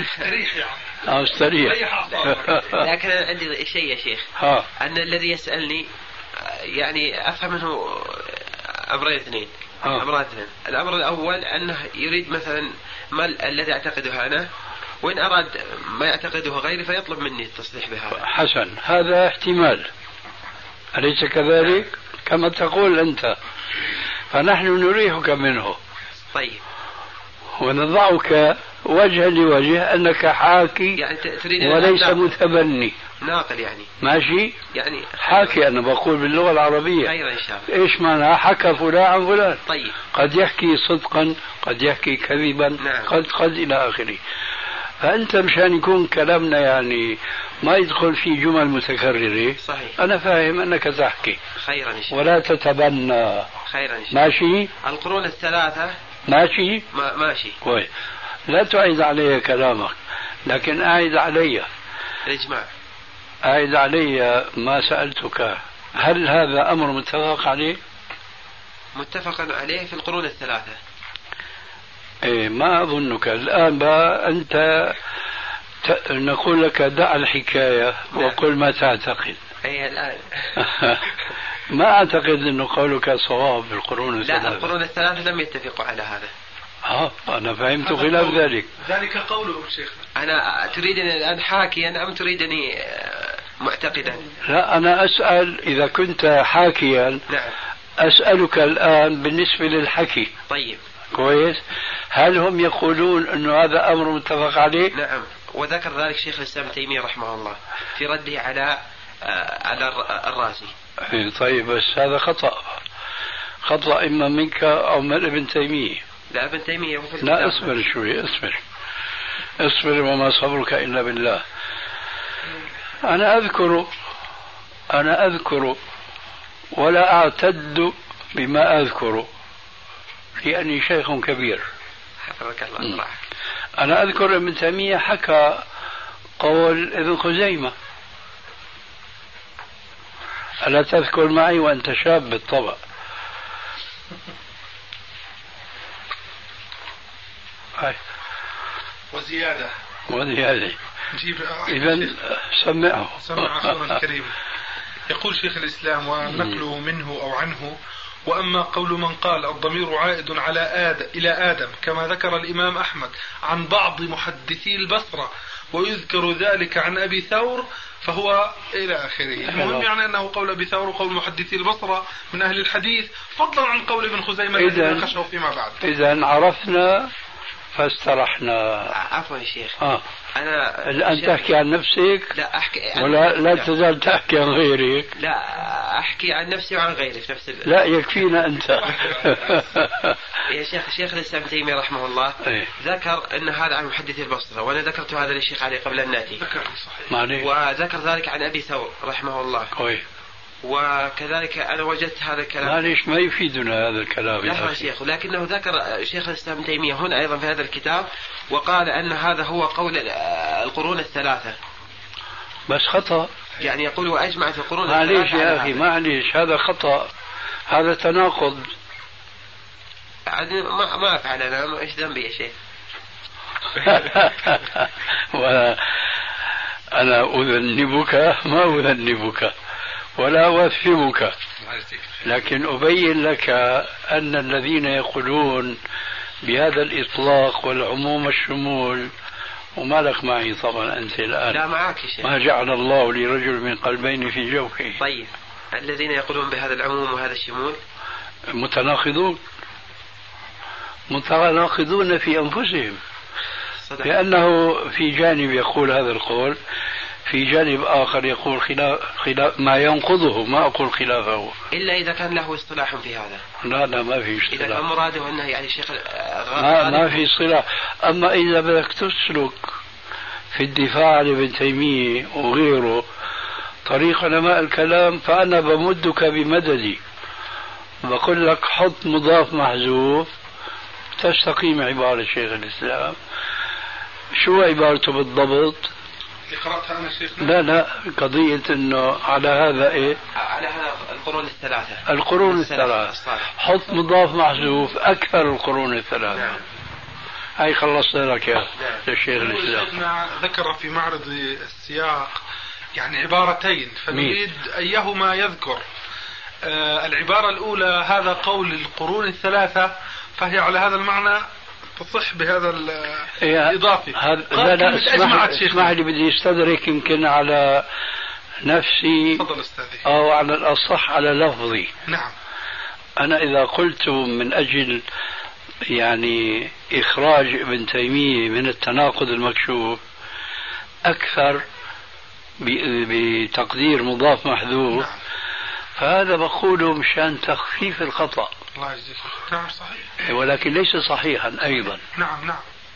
استريح. لكن عندي شيء يا شيخ، أن الذي يسألني يعني أفهم منه أمرين اثنين. الأمر الأول أنه يريد مثلا ما الذي أعتقده أنا، وإن أراد ما يعتقده غيري فيطلب مني التصريح بهذا. حسن، هذا احتمال، أليس كذلك؟ كما تقول أنت، فنحن نريحك منه. طيب. ونضعك وجها لوجه أنك حاكي يعني وليس متبني. ناقل يعني. ماشي؟ يعني حاكي، أنا بقول باللغة العربية. خير إن شاء الله. إيش معنى حكى فلان عن فلان؟ طيب. قد يحكي صدقا، قد يحكي كذبا. نعم. قد إلى آخره. فأنت مشان يكون كلامنا يعني ما يدخل في جمل متكررة. صحيح. أنا فاهم أنك تحكي. خيرا إن شاء الله. ولا تتبنى. خيرا إن شاء الله. ماشي؟ القرون الثلاثة. ماشي؟ ماشي. كويس. لا تعيد علي كلامك، لكن أعيد علي الإجماع. أعيد علي ما سألتك، هل هذا أمر متفق عليه؟ متفق عليه في القرون الثلاثة. إيه، ما أظنك الآن بقى أنت نقول لك دع الحكاية وقل ما تعتقد. أي الآن. ما أعتقد أنه قولك صواب في القرون الثلاثة. لا، القرون الثلاثة لم يتفقوا على هذا. أنا فهمت خلاف ذلك. ذلك قوله شيخ. أنا تريدني الآن حاكيا أم تريدني معتقدا؟ لا، أنا أسأل إذا كنت حاكيا. نعم. أسألك الآن بالنسبة للحكي. طيب. كويس. هل هم يقولون أنه هذا أمر متفق عليه؟ نعم، وذكر ذلك شيخ الإسلام تيمية رحمه الله في رده على الرازي. طيب، بس هذا خطأ إما منك أو من ابن تيمية. لا، ابن تيمية. لا، اصبر شوي، اصبر وما صبرك إلا بالله. أنا أذكر ولا أعتد بما أذكر لأني شيخ كبير. حفظك الله. أنا أذكر ابن تيمية حكى قول ابن خزيمة، ألا تذكر معي وأنت شاب بالطبع؟ وزيادة. إذن سمع سورة الكريم. يقول شيخ الإسلام ونقله منه أو عنه: وأما قول من قال الضمير عائد إلى آدم كما ذكر الإمام أحمد عن بعض محدثي البصرة ويذكر ذلك عن أبي ثور فهو إلى آخره. المهم يعني أنه قول أبي ثور وقول محدثي البصرة من أهل الحديث، فضلا عن قول ابن خزيمة الذي ناقشه فيما بعد. إذن عرفنا فاسترحنا. عفوا يا شيخ. أنا الآن تحكي عن نفسك؟ لا، أحكي ولا لا تزال تحكي عن غيرك؟ لا، أحكي عن نفسي وعن غيري في نفس لا، يكفينا أنت. يا شيخ الإسلام تيمية رحمه الله ذكر أن هذا عن محدثي البصرة، وأنا ذكرت هذا للشيخ علي قبل أن نأتي. وذكر ذلك عن أبي ثور رحمه الله. وكذلك أنا وجدت هذا الكلام. معليش، ما يفيدنا هذا الكلام يا شيخ، لكنه ذكر شيخ الإسلام تيمية هنا أيضا في هذا الكتاب وقال أن هذا هو قول القرون الثلاثة. بس خطأ يعني يقول وأجمعت القرون الثلاثة. معليش يا أخي، معليش، هذا خطأ، هذا تناقض. يعني ما أفعل أنا، إيش ذنبي يا شيخ؟ أنا أذنبك ما أذنبك ولا أوثبك، لكن أبين لك أن الذين يقولون بهذا الإطلاق والعموم الشمول، وما لك معي طبعا أنت الآن، لا معك يا شيخ، ما جعل الله لرجل من قلبين في جوفه. طيب الذين يقولون بهذا العموم وهذا الشمول متناقضون في أنفسهم، لأنه في جانب يقول هذا القول، في جانب آخر يقول خلاف ما ينقضه، ما أقول خلافه، إلا إذا كان له اصطلاح في هذا. لا ما في اصطلاح، إذا كان مراده أنه يعني شيخ ما في اصطلاح. أما إذا بدك تسلك في الدفاع عن ابن تيمية وغيره طريق علماء الكلام، فأنا بمدك بمددي، بقول لك حط مضاف محذوف تستقيم عبارة شيخ الإسلام. شو عبارته بالضبط؟ قرأتها أنا شيخنا؟ لا قضية أنه على هذا إيه؟ على هذا القرون الثلاثة حط مضاف محذوف أكثر القرون الثلاثة. نعم. هاي خلصنا لك يا الشيخ الإسلام. ذكر في معرض السياق يعني عبارتين، فنريد أيهما يذكر. العبارة الأولى هذا قول القرون الثلاثة، فهي على هذا المعنى تصح بهذا الإضافي. لا اسمح لي بدي استدرك يمكن على نفسي أو على الأصح على لفظي. نعم. أنا إذا قلت من أجل يعني إخراج ابن تيمية من التناقض المكشوف أكثر بتقدير مضاف محذوف، نعم. فهذا بقوله مشان تخفيف الخطأ. الله يجزيك. نعم صحيح، ولكن ليس صحيحا أيضا. نعم.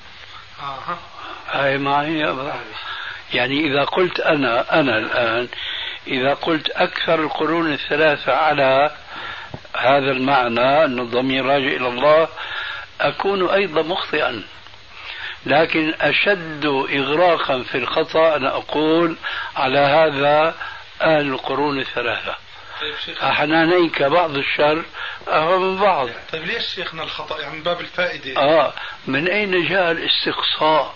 هاي معي يعني إذا قلت أنا الآن إذا قلت أكثر القرون الثلاثة على هذا المعنى أن الضمير راجع إلى الله، أكون أيضا مخطئا، لكن أشد إغراقا في الخطأ أنا أقول على هذا أهل القرون الثلاثة. أحنانيك بعض الشر أهو من بعض. طيب ليش شيخنا الخطأ يعني من باب الفائدة؟ من أين جاء الاستقصاء؟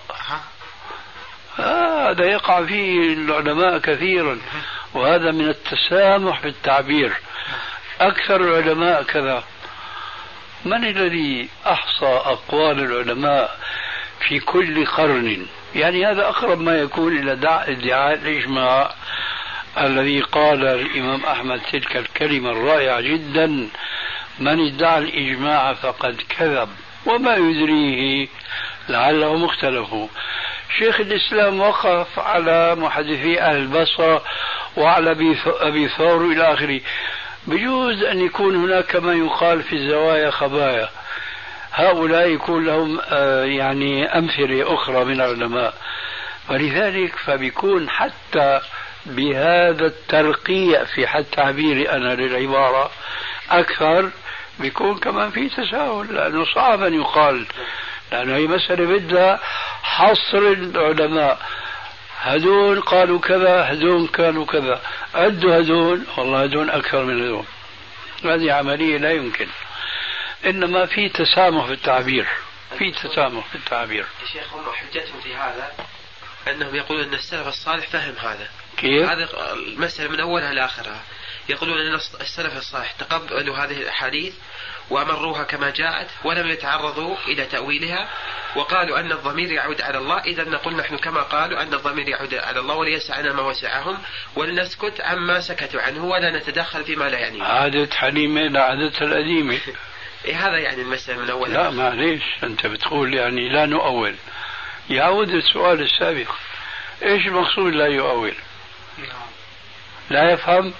هذا يقع فيه العلماء كثيرا، وهذا من التسامح في التعبير. أكثر العلماء كذا. من الذي أحصى أقوال العلماء في كل قرن؟ يعني هذا أقرب ما يكون إلى ادعاء الإجماع الذي قال الإمام أحمد تلك الكلمة الرائعة جدا: من ادعى الإجماع فقد كذب وما يدريه لعله مختلف. شيخ الإسلام وقف على محدثي أهل البصرة وعلى أبي ثور إلى آخره. بجوز أن يكون هناك ما يقال في الزوايا خبايا، هؤلاء يكون لهم يعني أمثلة أخرى من العلماء، ولذلك فبيكون حتى بهذا الترقيع في حد تعبيري أنا للعبارة أكثر، بيكون كمان في تساهل، لأنه صعب أن يقال، لأنه هي مسألة بدها حصر العلماء. هدون قالوا كذا، هدون قالوا كذا، عدوا هدون، والله هدون أكثر من هدون. هذه عملية لا يمكن، إنما في تسامح في التعبير، في تسامح في التعبير. الشيخ هم حجتهم في هذا أنهم يقولون أن السلف الصالح فهم هذا. كيف؟ هذه المسألة من أولها لآخرها، يقولون أن السلف الصالح تقبلوا هذه الأحاديث وأمروها كما جاءت ولم يتعرضوا إلى تأويلها، وقالوا أن الضمير يعود على الله. إذا نقول نحن كما قالوا أن الضمير يعود على الله وليسعنا ما وسعهم، ولنسكت عما سكتوا عنه ولا نتدخل فيما لا يعنيه. عادة حليمة لعادتها القديمة. هذا يعني المسألة من أولها. لا معليش، أنت بتقول يعني لا نؤول. يعود السؤال السابق، إيش المقصود لا يؤول؟ لا يفهم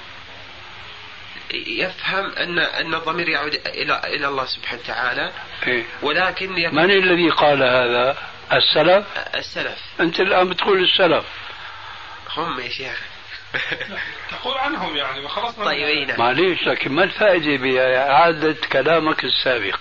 أن الضمير يعود إلى الله سبحانه وتعالى. إيه؟ ولكن من الذي قال هذا؟ السلف. أنت الآن بتقول السلف هم يا شيخ. تقول عنهم يعني وخلصنا. طيب معليش، لكن ما الفائدة بإعادة كلامك السابق؟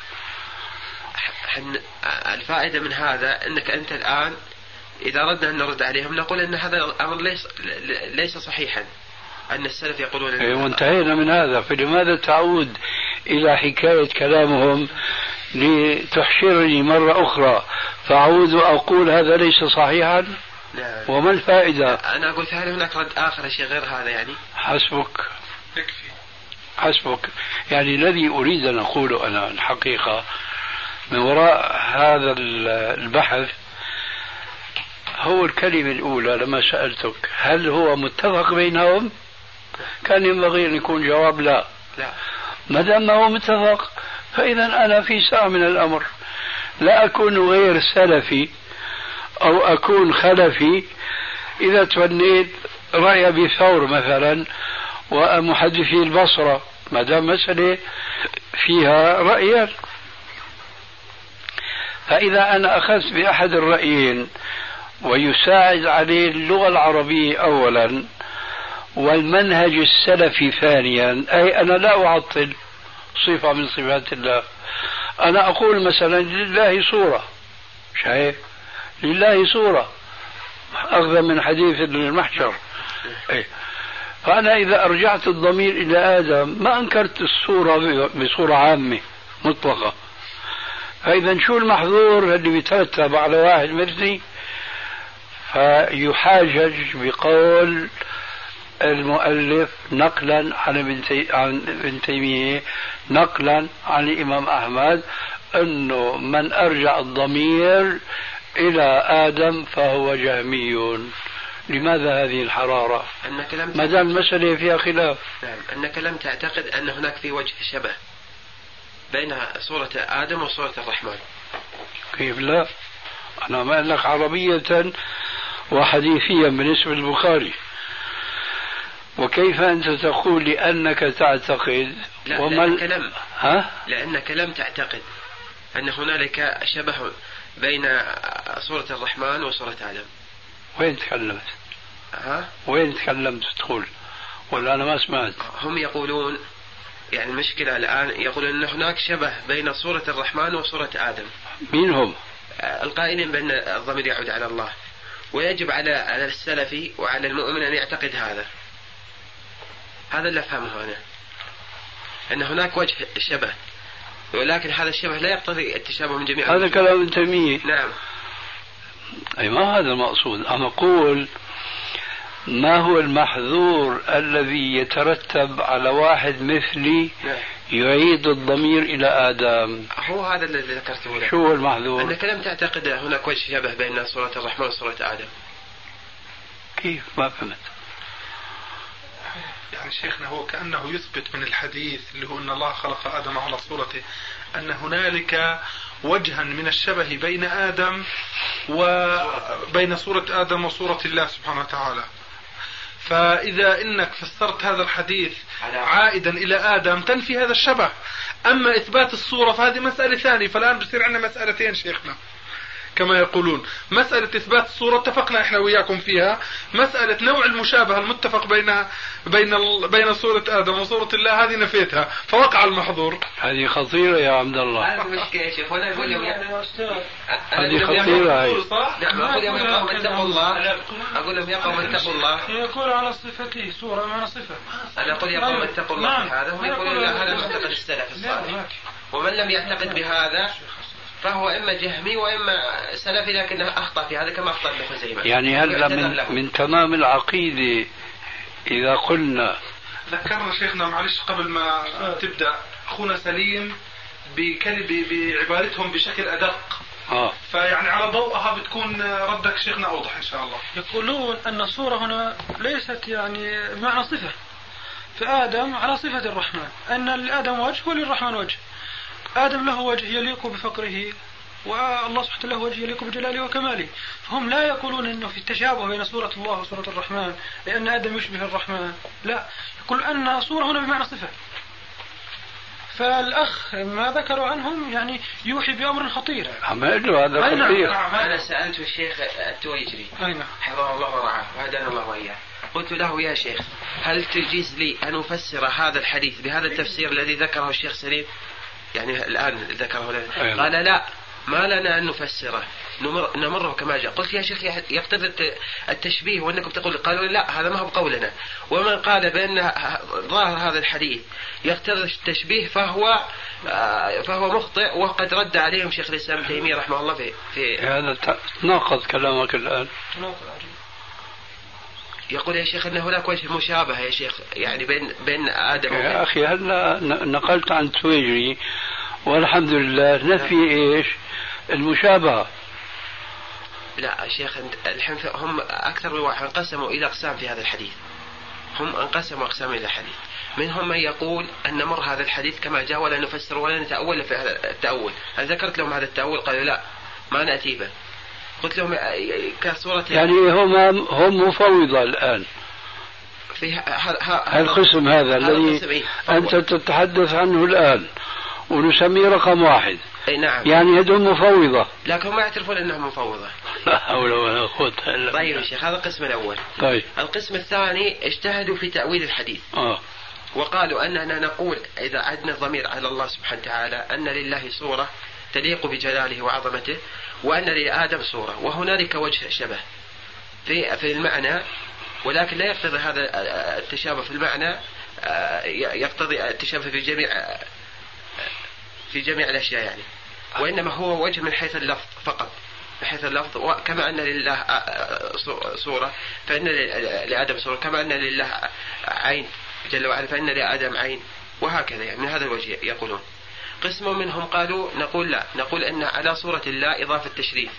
الفائدة من هذا أنك أنت الآن إذا أردنا أن نرد عليهم نقول أن هذا الأمر ليس صحيحا، أن السلف يقولون وانتهينا من هذا. فلماذا تعود إلى حكاية كلامهم لتحشرني مرة أخرى فأعود وأقول هذا ليس صحيحا؟ نعم. وما الفائدة؟ أنا أقول هل هناك رد آخر شيء غير هذا يعني؟ حسبك يكفي. حسبك. يعني الذي أريد أن أقوله أنا الحقيقة من وراء هذا البحث هو الكلمة الأولى لما سألتك هل هو متفق بينهم؟ كان ينبغي أن يكون جواب لا. ما دام ما هو متفق فإذا أنا في ساعة من الأمر لا أكون غير سلفي أو أكون خلفي إذا توليت رأي أبي ثور مثلا ومحدثي البصرة، ما دام مسألة فيها رأيان. فإذا أنا أخذت بأحد الرأيين ويساعد عليه اللغة العربية أولا والمنهج السلفي ثانيا، أي أنا لا أعطل صفة من صفات الله. أنا أقول مثلا لله صورة، شايف؟ لله صورة أخذ من حديث المحشر. فأنا إذا أرجعت الضمير إلى آدم ما أنكرت الصورة بصورة عامة مطلقة. فإذا شو المحظور اللي بيترتب على واحد مثلي؟ فيحاجج بقول المؤلف نقلا عن ابن تيمية نقلا عن الإمام أحمد أنه من أرجع الضمير إلى آدم فهو جهمي. لماذا هذه الحرارة؟ ما دام المسألة فيها خلاف. نعم. أنك لم تعتقد أن هناك في وجه شبه بين صورة آدم وصورة الرحمن. كيف لا؟ أنا ما أقول لك عربية وحديثيا بالنسبة للبخاري. وكيف أنت تقول لأنك تعتقد لأنك لم تعتقد أن هنالك شبه بين صورة الرحمن وصورة آدم. وين تكلمت؟ وين تكلمت تقول؟ ولا أنا ما سمعت؟ هم يقولون يعني المشكلة الآن يقولون أن هناك شبه بين صورة الرحمن وصورة آدم. مين هم؟ القائلين بأن الضمير يعود على الله، ويجب على السلفي وعلى المؤمن أن يعتقد هذا. هذا اللي أفهمه أنا، أن هناك وجه شبه، ولكن هذا الشبه لا يقتضي التشابه من جميع. هذا كلام ابن تيمية. نعم. أي ما هذا المقصود. أنا أقول ما هو المحظور الذي يترتب على واحد مثلي يعيد الضمير إلى آدم؟ هو هذا الذي ذكرته لك. شو هو المحظور؟ أنك لم تعتقد هناك وجه شبه بين صورة الرحمن وصورة آدم. كيف؟ ما فهمت. يعني شيخنا هو كأنه يثبت من الحديث اللي هو أن الله خلق آدم على صورته أن هنالك وجها من الشبه بين آدم وبين صورة آدم وصورة الله سبحانه وتعالى. فإذا إنك فسرت هذا الحديث عائدا إلى آدم تنفي هذا الشبه. أما إثبات الصورة فهذه مسألة ثانية. فالآن بصير عندنا مسألتين شيخنا كما يقولون. مسألة إثبات الصورة اتفقنا إحنا وياكم فيها. مسألة نوع المشابهة المتفق بين صورة آدم وصورة الله هذه نفيتها، فوقع المحظور. هذه خطيرة يا عبد الله. هذه مشكلة يا شيخ. ولا أقول هذه خطيرة. أقول لهم يا قوم اتقوا الله. أقول لهم يا قوم اتقوا الله. يقول على صفته صورة معنى صفة. أنا أقول يا قوم اتقوا الله هذا. هم يقولون لا هذا معتقد السلف الصالح. ومن لم يعتقد بهذا فهو إما جهمي وإما سلفي لكنه أخطأ في هذا كما أخطأ ابن خزيمة. يعني هل من تمام العقيدة إذا قلنا ذكرنا شيخنا معلش قبل ما تبدأ أخونا سليم بعبارتهم بشكل أدق. فيعني على ضوءها بتكون ردك شيخنا أوضح إن شاء الله. يقولون أن الصورة هنا ليست يعني معنى صفة، فآدم على صفة الرحمن، أن لآدم وجه وللرحمن وجه. آدم له وجه يليق بفقره والله سبحانه له وجه يليق بجلاله وكماله. فهم لا يقولون أنه في التشابه بين صورة الله وصورة الرحمن لأن آدم يشبه الرحمن، لا، يقول أن صورة هنا بمعنى صفة. فالأخ ما ذكروا عنهم يعني يوحي بأمر خطير. هذا خطير. أنا سألت الشيخ التويجري حفظه الله ورعاه وهدانا الله وإياه، قلت له يا شيخ هل تجيز لي أن أفسر هذا الحديث بهذا التفسير الذي ذكره الشيخ سليم يعني الآن ذكره لنا؟ قال لا، ما لنا أن نفسره نمره كما جاء. قلت يا شيخ يقتضي التشبيه وأنكم تقول، قالوا لا هذا ما هو بقولنا، ومن قال بأن ظاهر هذا الحديث يقتضي التشبيه فهو مخطئ، وقد رد عليهم شيخ الإسلام تيمية رحمه الله في هذا تناقض كلامك الآن. يقول يا شيخ أن هناك وجه مشابهة يا شيخ يعني بين آدم يا أخي هلا نقلت عن التويجري والحمد لله نفي إيش المشابهة. لا شيخ هم أكثر من واحد انقسموا إلى أقسام في هذا الحديث، هم انقسموا أقسام إلى حديث. منهم من يقول أن نمر هذا الحديث كما جاء ولا نفسر ولا نتأول في هذا التأول. هل ذكرت لهم هذا التأول؟ قالوا لا ما نأتي به. قلت لهم كصورة يعني هم مفوضة الآن في القسم هذا الذي أنت تتحدث عنه الآن ونسميه رقم واحد. نعم. يعني هذول مفوضة لكن ما يعترفون أنهم مفوضة. لا حول ولا قوة إلا بالله. طيب يا شيخ هذا القسم الأول. طيب القسم الثاني اجتهدوا في تأويل الحديث وقالوا أننا نقول إذا عدنا الضمير على الله سبحانه وتعالى أن لله صورة تليق بجلاله وعظمته وأن لآدم صورة، وهنالك وجه شبه في المعنى، ولكن لا يقتضي هذا التشابه في المعنى يقتضي التشابه في جميع الأشياء يعني، وإنما هو وجه من حيث اللفظ فقط، من حيث اللفظ. كما أن لله صورة فإن لآدم صورة، كما أن لله عين جل وعلا فإن لآدم عين، وهكذا يعني من هذا الوجه يقولون. قسم منهم قالوا نقول لا، نقول أن على صورة الله إضافة تشريف،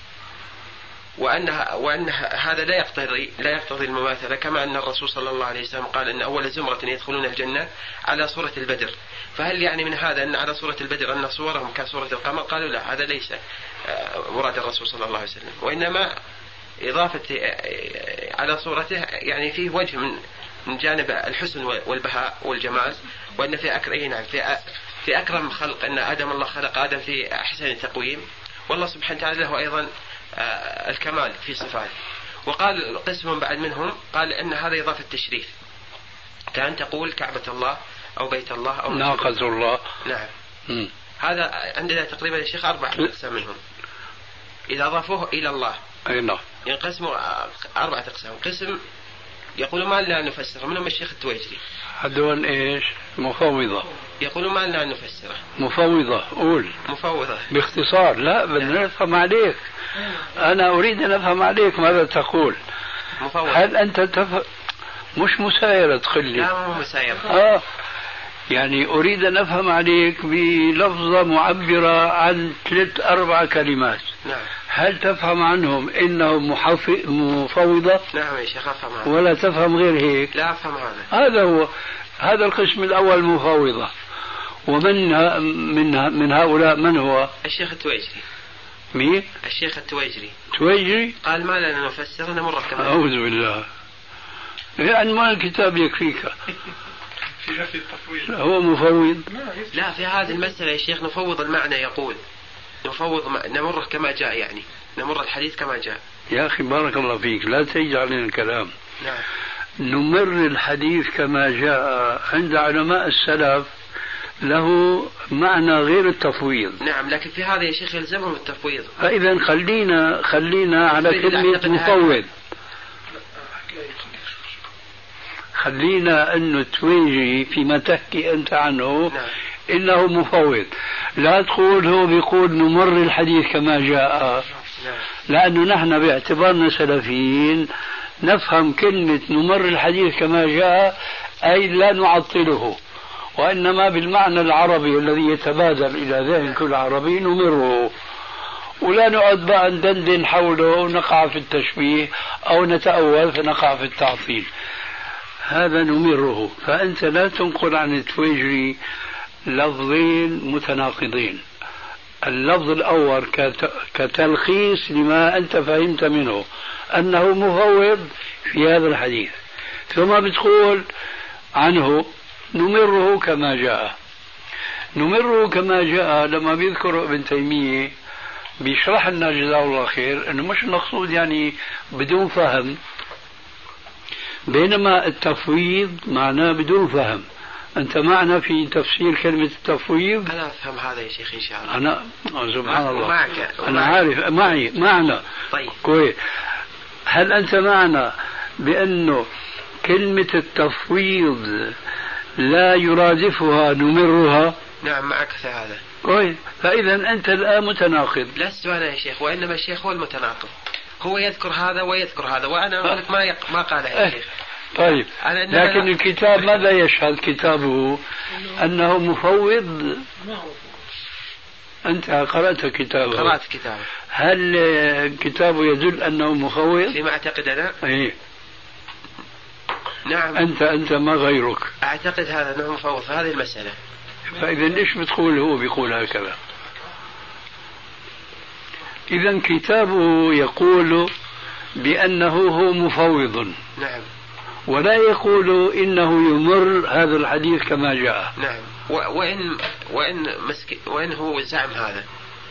وأن هذا لا يقتضي المماثلة، كما أن الرسول صلى الله عليه وسلم قال أن أول زمرة يدخلون الجنة على صورة البدر. فهل يعني من هذا أن على صورة البدر أن صورهم كصورة القمر؟ قالوا لا، هذا ليس مراد الرسول صلى الله عليه وسلم، وإنما إضافة على صورته يعني فيه وجه من جانب الحسن والبهاء والجمال، وأن في أكرم خلق أن آدم الله خلق آدم في أحسن التقويم، والله سبحانه وتعالى له أيضا الكمال في صفاته. وقال قسم بعد منهم قال أن هذا إضافة تشريف، كأن تقول كعبة الله أو بيت الله أو ناقة الله. نعم. هذا عندنا تقريبا يا شيخ 4 أقسام منهم إذا أضافوه إلى الله. أي نعم. ينقسموا 4 أقسام. قسم يقولوا ما لنا نفسره، منهم الشيخ التويجري. هذول إيش؟ مفوضة. يقولوا ما لنا نفسره. مفوضة. قول. مفوضة. باختصار. لا بدنا نفهم عليك. أنا أريد أن أفهم عليك ماذا تقول. مفوضة. هل أنت مش مسايرة تقلي؟ لا مو مسايرة. يعني أريد أن أفهم عليك بلفظة معبرة عن 3-4 كلمات. نعم. هل تفهم عنهم إنهم مفوضة؟ نعم يا شيخ أفهم هذا. ولا تفهم غير هيك؟ لا أفهم هذا. هذا هو، هذا القسم الأول مفوضة. من هؤلاء من هو؟ الشيخ التويجري. مين؟ الشيخ التويجري. تويجري؟ قال ما لنا نفسر نمر كمان. أعوذ بالله. عنوان الكتاب يكفيك. في نفي التفويض. هو مفوض؟ لا في هذه المسألة يا شيخ نفوض المعنى، يقول نفوض نمره كما جاء، يعني نمر الحديث كما جاء. يا أخي بارك الله فيك لا تجعل علينا الكلام. نعم. نمر الحديث كما جاء عند علماء السلف له معنى غير التفويض. نعم لكن في هذا يا شيخ يلزمهم التفويض. فإذا خلينا على كلمة مفوض. خلينا أنه تويجي فيما تحكي أنت عنه. نعم. إنه مفوض. لا تقول هو بيقول نمر الحديث كما جاء. نعم. لأنه نحن باعتبارنا سلفيين نفهم كلمة نمر الحديث كما جاء أي لا نعطله، وإنما بالمعنى العربي الذي يتبادر إلى ذهن كل عربي نمره، ولا نقعد بقى ندندن حوله ونقع في التشبيه أو نتأول فنقع في التعطيل. هذا نمره. فأنت لا تنقل عن التويجري لفظين متناقضين. اللفظ الأول كتلخيص لما أنت فهمت منه أنه مفوض في هذا الحديث، ثم بتقول عنه نمره كما جاء. نمره كما جاء لما بيذكر ابن تيمية بيشرح لنا جزاه الله خير أنه مش المقصود يعني بدون فهم، بينما التفويض معناه بدون فهم. أنت معنا في تفسير كلمة التفويض؟ أنا أفهم هذا يا شيخ إن شاء الله. أنا سبحان الله معك. أنا عارف معنا. طيب كويس. هل أنت معنا بأنه كلمة التفويض لا يرادفها نمرها؟ نعم معك في هذا. كويس. فإذا أنت الآن متناقض. لست أنا يا شيخ، وإنما الشيخ هو المتناقض، هو يذكر هذا ويذكر هذا، وأنا أقول لك ما قاله يا شيخ. طيب لكن الكتاب ماذا يشهد كتابه؟ أنه مفوض. أنت قرأت كتابه؟ قرأت كتابه. هل كتابه يدل أنه مفوض؟ فيما أعتقد أنا؟ إيه. نعم. أنت ما غيرك؟ أعتقد هذا أنه مفوض في هذه المسألة. فإذا ليش بتقول هو بيقول هكذا؟ إذا كتابه يقول بأنه هو مفوض. نعم. ولا يقول إنه يمر هذا الحديث كما جاء. نعم. وإن هو زعم هذا،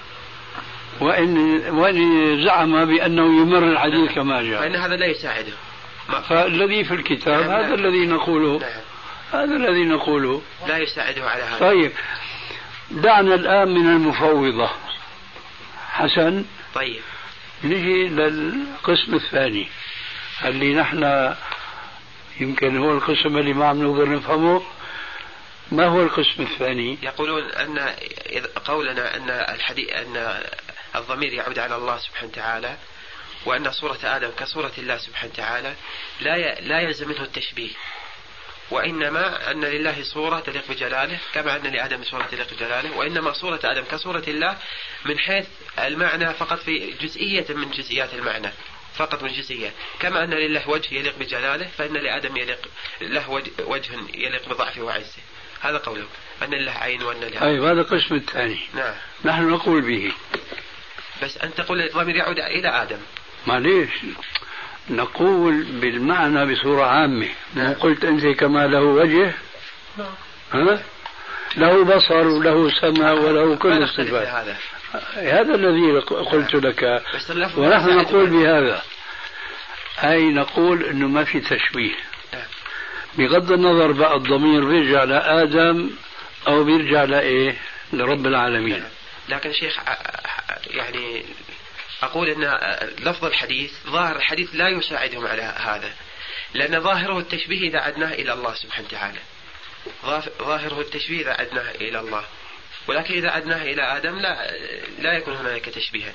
وإن زعم بأنه يمر الحديث كما جاء، فإن هذا لا يساعده. فالذي في الكتاب نعم. هذا الذي نقوله. نعم. هذا الذي نقوله لا يساعده على هذا. طيب دعنا الآن من المفوضة. حسن. طيب نجي للقسم الثاني اللي نحن يمكن هو القسم اللي ما عم نقدر نفهمه. ما هو القسم الثاني؟ يقولون أن قولنا أن الضمير يعود على الله سبحانه وتعالى، وأن صورة آدم كصورة الله سبحانه وتعالى لا يلزم منه التشبيه، وإنما أن لله صورة تليق بجلاله كما أن لآدم صورة تليق بجلاله، وإنما صورة آدم كصورة الله من حيث المعنى فقط، في جزئية من جزئيات المعنى فقط، من جزئية. كما أن لله وجه يليق بجلاله، فإن لآدم له وجه يليق بضعفه وعزه. هذا قوله أن لله عين وأن له. أيوة هذا القسم الثاني. نعم. نحن نقول به. بس أنت تقول الضمير يعود إلى آدم. معليش نقول بالمعنى بصورة عامة. نعم. قلت أنت كما له وجه، ها؟ له بصر وله سمع وله كل الصفات. هذا الذي قلت لك، ونحن نقول بهذا، أي نقول أنه ما في تشبيه. بغض النظر بقى الضمير بيرجع لآدم أو بيرجع لإيه؟ لرب العالمين. لكن شيخ يعني أقول أن لفظ الحديث ظاهر الحديث لا يساعدهم على هذا، لأن ظاهره التشبيه إذا عدناه إلى الله سبحانه وتعالى، ظاهره التشبيه إذا عدناه إلى الله، ولكن إذا عدناه إلى آدم لا يكون هناك تشبيها.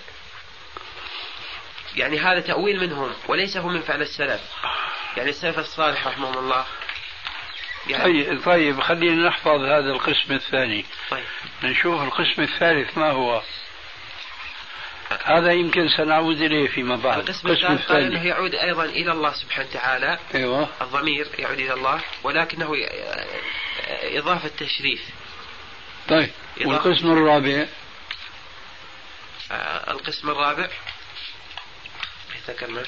يعني هذا تأويل منهم وليس هو من فعل السلف، يعني السلف الصالح رحمهم الله. يعني طيب خلينا نحفظ هذا القسم الثاني. طيب نشوف القسم الثالث ما هو. هذا يمكن سنعود إليه فيما بعد. القسم الثالث قال أنه يعود أيضا إلى الله سبحانه وتعالى. أيوة. الضمير يعود إلى الله ولكنه إضافة تشريف. طيب والقسم الرابع؟ القسم الرابع ذكرنا.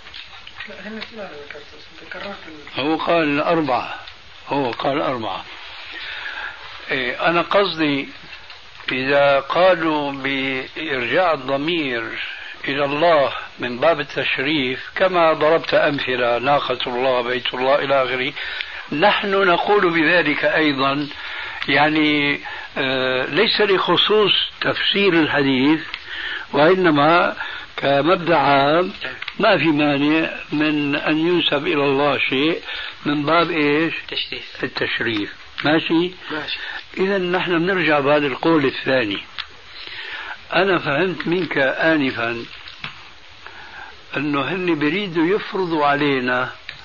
هو قال أربعة. إيه أنا قصدي إذا قالوا بإرجاع الضمير إلى الله من باب التشريف كما ضربت أمثلة ناقة الله بيت الله إلى آخره، نحن نقول بذلك أيضا، يعني ليس لخصوص تفسير الحديث، وإنما كمبدأ عام ما في مانع من أن ينسب إلى الله شيء من باب إيش؟ التشريف. ماشي. إذا نحن بنرجع بعد القول الثاني. أنا فهمت منك آنفا أنه هن بيريدوا يفرضوا علينا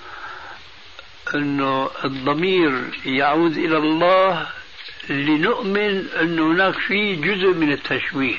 أنه الضمير يعود إلى الله لنؤمن أن هناك فيه جزء من التشويه.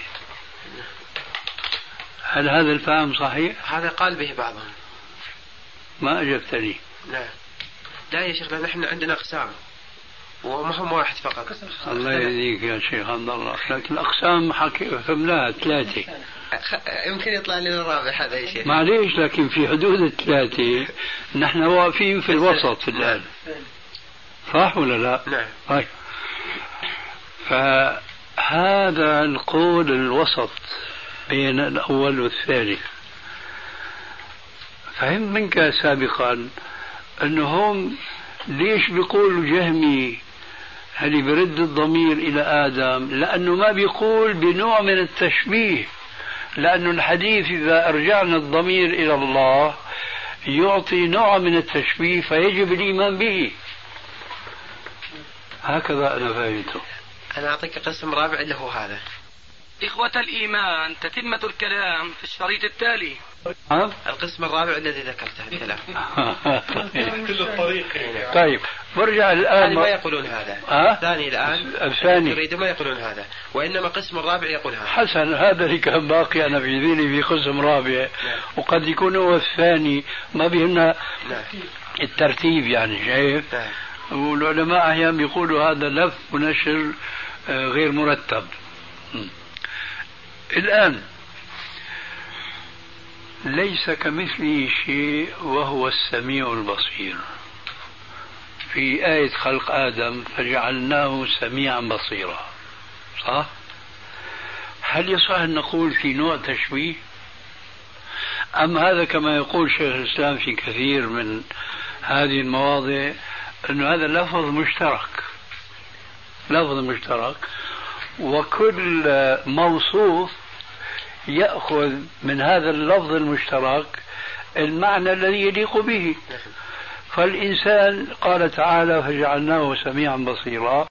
هل هذا الفهم صحيح؟ هذا قال به بعضهم. ما أجبتني. لا يا شيخ، نحن عندنا أقسام وما هم واحد فقط. الله يهديك يا شيخ عبد الله، لكن الأقسام فهمناها 3. يمكن يطلع لنا الرابع هذا يا شيخ. معليش، لكن في حدود 3 نحن واقفين في الوسط الآن. صح ولا لا؟ نعم. طيب فهذا القول الوسط بين الأول والثاني. فهمت منك سابقا أنهم ليش بيقولوا جهمي هل برد الضمير إلى آدم لأنه ما بيقول بنوع من التشبيه، لأن الحديث إذا أرجعنا الضمير إلى الله يعطي نوع من التشبيه فيجب الإيمان به. هكذا أنا فهمته. أنا أعطيك قسم رابع اللي هو هذا. إخوة الإيمان، تتمة الكلام في الشريط التالي. القسم الرابع الذي ذكرته الكلام. كل الطريق. طيب برجع الآن. ما يقولون هذا. الثاني الآن. الثاني يريدون ما يقولون هذا، وإنما قسم الرابع يقول هذا. حسن، هذا اللي كان باقي أنا في ذهني في قسم رابع. وقد يكون هو الثاني ما بيهمنا الترتيب، يعني شايف. والعلماء أحيانا بيقولوا هذا لف ونشر غير مرتب. الآن ليس كمثله شيء وهو السميع البصير. في آية خلق آدم فجعلناه سميعا بصيرا، صح؟ هل يصح أن نقول في نوع تشبيه؟ أم هذا كما يقول شيخ الإسلام في كثير من هذه المواضع أن هذا لفظ مشترك، لفظ مشترك، وكل موصوف يأخذ من هذا اللفظ المشترك المعنى الذي يليق به. فالإنسان قال تعالى فجعلناه سميعا بصيرا،